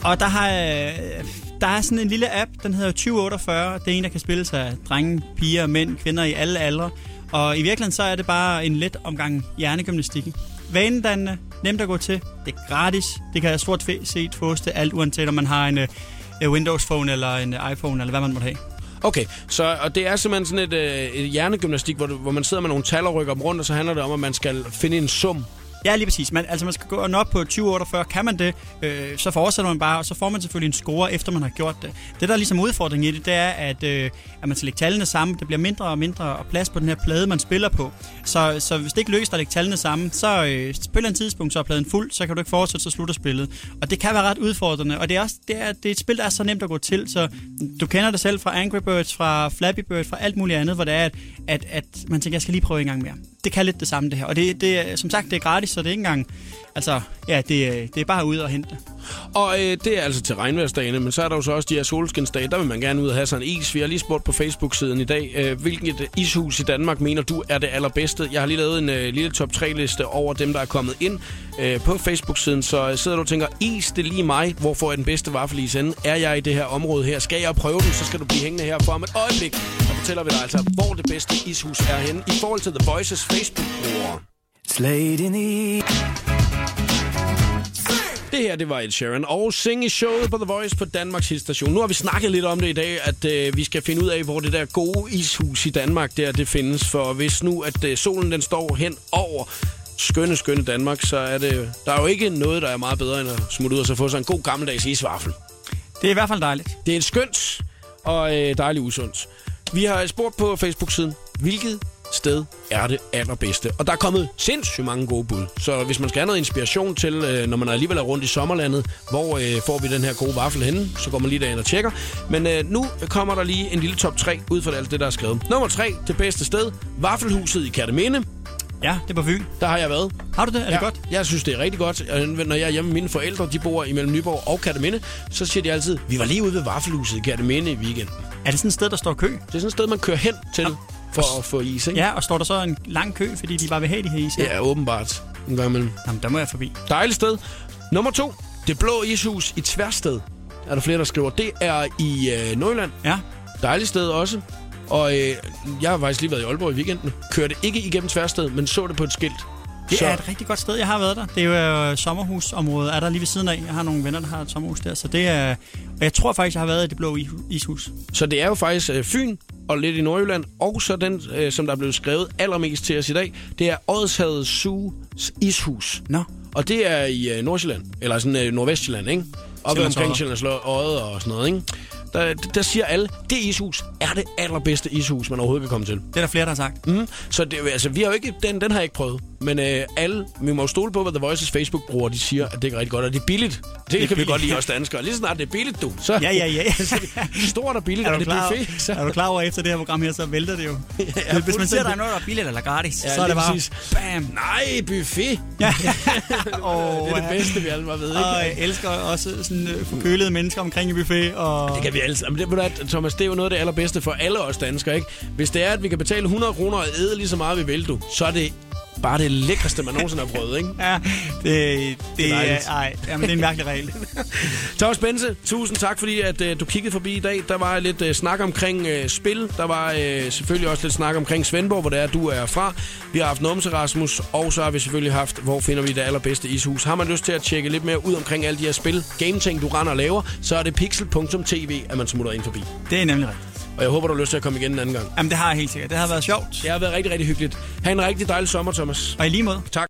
Og der, har, der er sådan en lille app, den hedder tyve otteogfyrre. Det er en, der kan spilles af drenge, piger, mænd, kvinder i alle aldre. Og i virkeligheden så er det bare en let omgang hjernegymnastik. Vanedannende, nemt at gå til, det er gratis. Det kan stort set fås til alt, uanset om man har en uh, Windows Phone eller en uh, iPhone, eller hvad man måtte have. Okay, så og det er simpelthen sådan et, øh, et hjernegymnastik, hvor, du, hvor man sidder med nogle tal og rykker dem rundt, og så handler det om, at man skal finde en sum. Ja, lige præcis. Man, altså man skal gå op på tyve otteogfyrre. Kan man det, øh, så fortsætter man bare, og så får man selvfølgelig en score, efter man har gjort det. Det, der er ligesom udfordringen i det, det er, at, øh, at man skal lægge tallene sammen. Det bliver mindre og mindre plads på den her plade, man spiller på. Så, så hvis det ikke lykkes at lægge tallene sammen, så øh, spiller en tidspunkt, så er pladen fuld, så kan du ikke fortsætte, så slutter spillet. Og det kan være ret udfordrende. Og det er, også, det er, det er et spil, der er så nemt at gå til, så du kender det selv fra Angry Birds, fra Flappy Bird, fra alt muligt andet, hvor det er, at, at, at man tænker, jeg skal lige prøve en gang mere. Det kan lidt det samme, det her. Og det, det, som sagt, det er gratis, så det er ikke engang... Altså, ja, det, det er bare ud og hente det. Og øh, det er altså til regnværsdagene, men så er der jo så også de her solskinsdage. Der vil man gerne ud og have sådan en is. Vi har lige spurgt på Facebook-siden i dag, øh, hvilket ishus i Danmark mener du er det allerbedste? Jeg har lige lavet en øh, lille top tre-liste over dem, der er kommet ind øh, på Facebook-siden. Så sidder du og tænker, is, det er lige mig. Hvor får jeg den bedste vaffelis henne? Er jeg i det her område her? Skal jeg prøve den, så skal du blive hængende her for om et øjeblik. Så fortæller vi dig altså, hvor det bedste ishus er henne i forhold til The Voices Facebook-brugere. Det her, det var Ed Sheeran og Sing i showet på The Voice på Danmarks hitstation. Nu har vi snakket lidt om det i dag, at øh, vi skal finde ud af, hvor det der gode ishus i Danmark der, det findes. For hvis nu, at øh, solen den står hen over skønne, skønne Danmark, så er det, der er jo ikke noget, der er meget bedre end at smutte ud og så få sig en god gammeldags isvaffel. Det er i hvert fald dejligt. Det er et skønt og øh, dejligt usundt. Vi har spurgt på Facebook-siden, hvilket sted er det allerbedste. Og der er kommet sindssygt mange gode bud. Så hvis man skal have noget inspiration til, øh, når man alligevel er rundt i sommerlandet, hvor øh, får vi den her gode vaffel henne, så går man lige derind og tjekker. Men øh, nu kommer der lige en lille top tre ud fra alt det, der er skrevet. Nummer tre, det bedste sted, Vaffelhuset i Kerteminde. Ja, det er på Fyn. Der har jeg været. Har du det? Er det ja, godt? Jeg synes, det er rigtig godt. Når jeg er hjemme med mine forældre, de bor imellem Nyborg og Kerteminde, så siger de altid, vi var lige ude ved Vaffelhuset i Kerteminde i weekenden. Er det sådan et sted, der står kø? Det er sådan et sted, man kører hen til. Ja. For at få is, ikke? Ja, og står der så en lang kø, fordi de bare vil have de her is her? Ja, åbenbart. En gang imellem. Jamen, der må jeg forbi. Dejligt sted. Nummer to. Det blå ishus i Tværsted. Er der flere, der skriver. Det er i øh, Nordjylland. Ja. Dejligt sted også. Og øh, jeg har faktisk lige været i Aalborg i weekenden. Kørte ikke igennem Tværsted, men så det på et skilt. Det så. er et rigtig godt sted, jeg har været der. Det er jo øh, sommerhusområdet, er der lige ved siden af. Jeg har nogle venner, der har et sommerhus der, så det er... Og jeg tror faktisk, jeg har været i det blå ishus. Så det er jo faktisk øh, Fyn og lidt i Nordjylland. Og så den, øh, som der er blevet skrevet allermest til os i dag, det er Odshavet Zoos ishus. Nå. Og det er i øh, Nordsjælland, eller sådan øh, Nordvestjylland, ikke? Oppe omkring Sjællands Odde og sådan noget, ikke? Der, der siger alle, det ishus er det allerbedste ishus, man overhovedet kan komme til. Det er der flere, der har sagt. Mm. Så det, altså, vi har jo ikke, den, den har jeg ikke prøvet. Men øh, alle, vi må jo stole på, hvad The Voices Facebook-brugere, de siger, at det er rigtig godt, og det er billigt. Det, det kan billigt. Vi godt lide os danskere. Lige snart det er billigt, du. Så, ja, ja, ja. Stort og billigt, er og det er buffet. Så. Er du klar over, efter det her program her, så vælter det jo. ja, hvis man siger, der er noget, der er billigt eller gratis, ja, så er det bare, præcis. Bam. Nej, buffet. Ja. oh, det er det bedste, vi alle bare ved, ikke? Og jeg elsker også sådan uh, forkølede mennesker omkring i buffet. Og... Det kan vi alle sammen. Det, Thomas, det er jo noget af det allerbedste for alle os danskere, ikke? Hvis det er, at vi kan betale hundrede kroner og æde lige så meget, vi vil, du, så er det bare det lækreste, man nogensinde har prøvet, ikke? Ja, det, det er... Ej, jamen, det er en mærkelig regel. Thomas Bense, tusind tak, fordi at, uh, du kiggede forbi i dag. Der var lidt uh, snak omkring uh, spil. Der var uh, selvfølgelig også lidt snak omkring Svendborg, hvor det er, du er fra. Vi har haft Numse Rasmus, og så har vi selvfølgelig haft, hvor finder vi det allerbedste ishus. Har man lyst til at tjekke lidt mere ud omkring alle de her spil, game-ting, du render og laver, så er det pixel punktum t v, at man smutter ind forbi. Det er nemlig rigtigt. Og jeg håber, du har lyst til at komme igen en anden gang. Jamen, det har jeg helt sikkert. Det har været sjovt. Det har været rigtig, rigtig hyggeligt. Ha' en rigtig dejlig sommer, Thomas. Og i lige måde. Tak.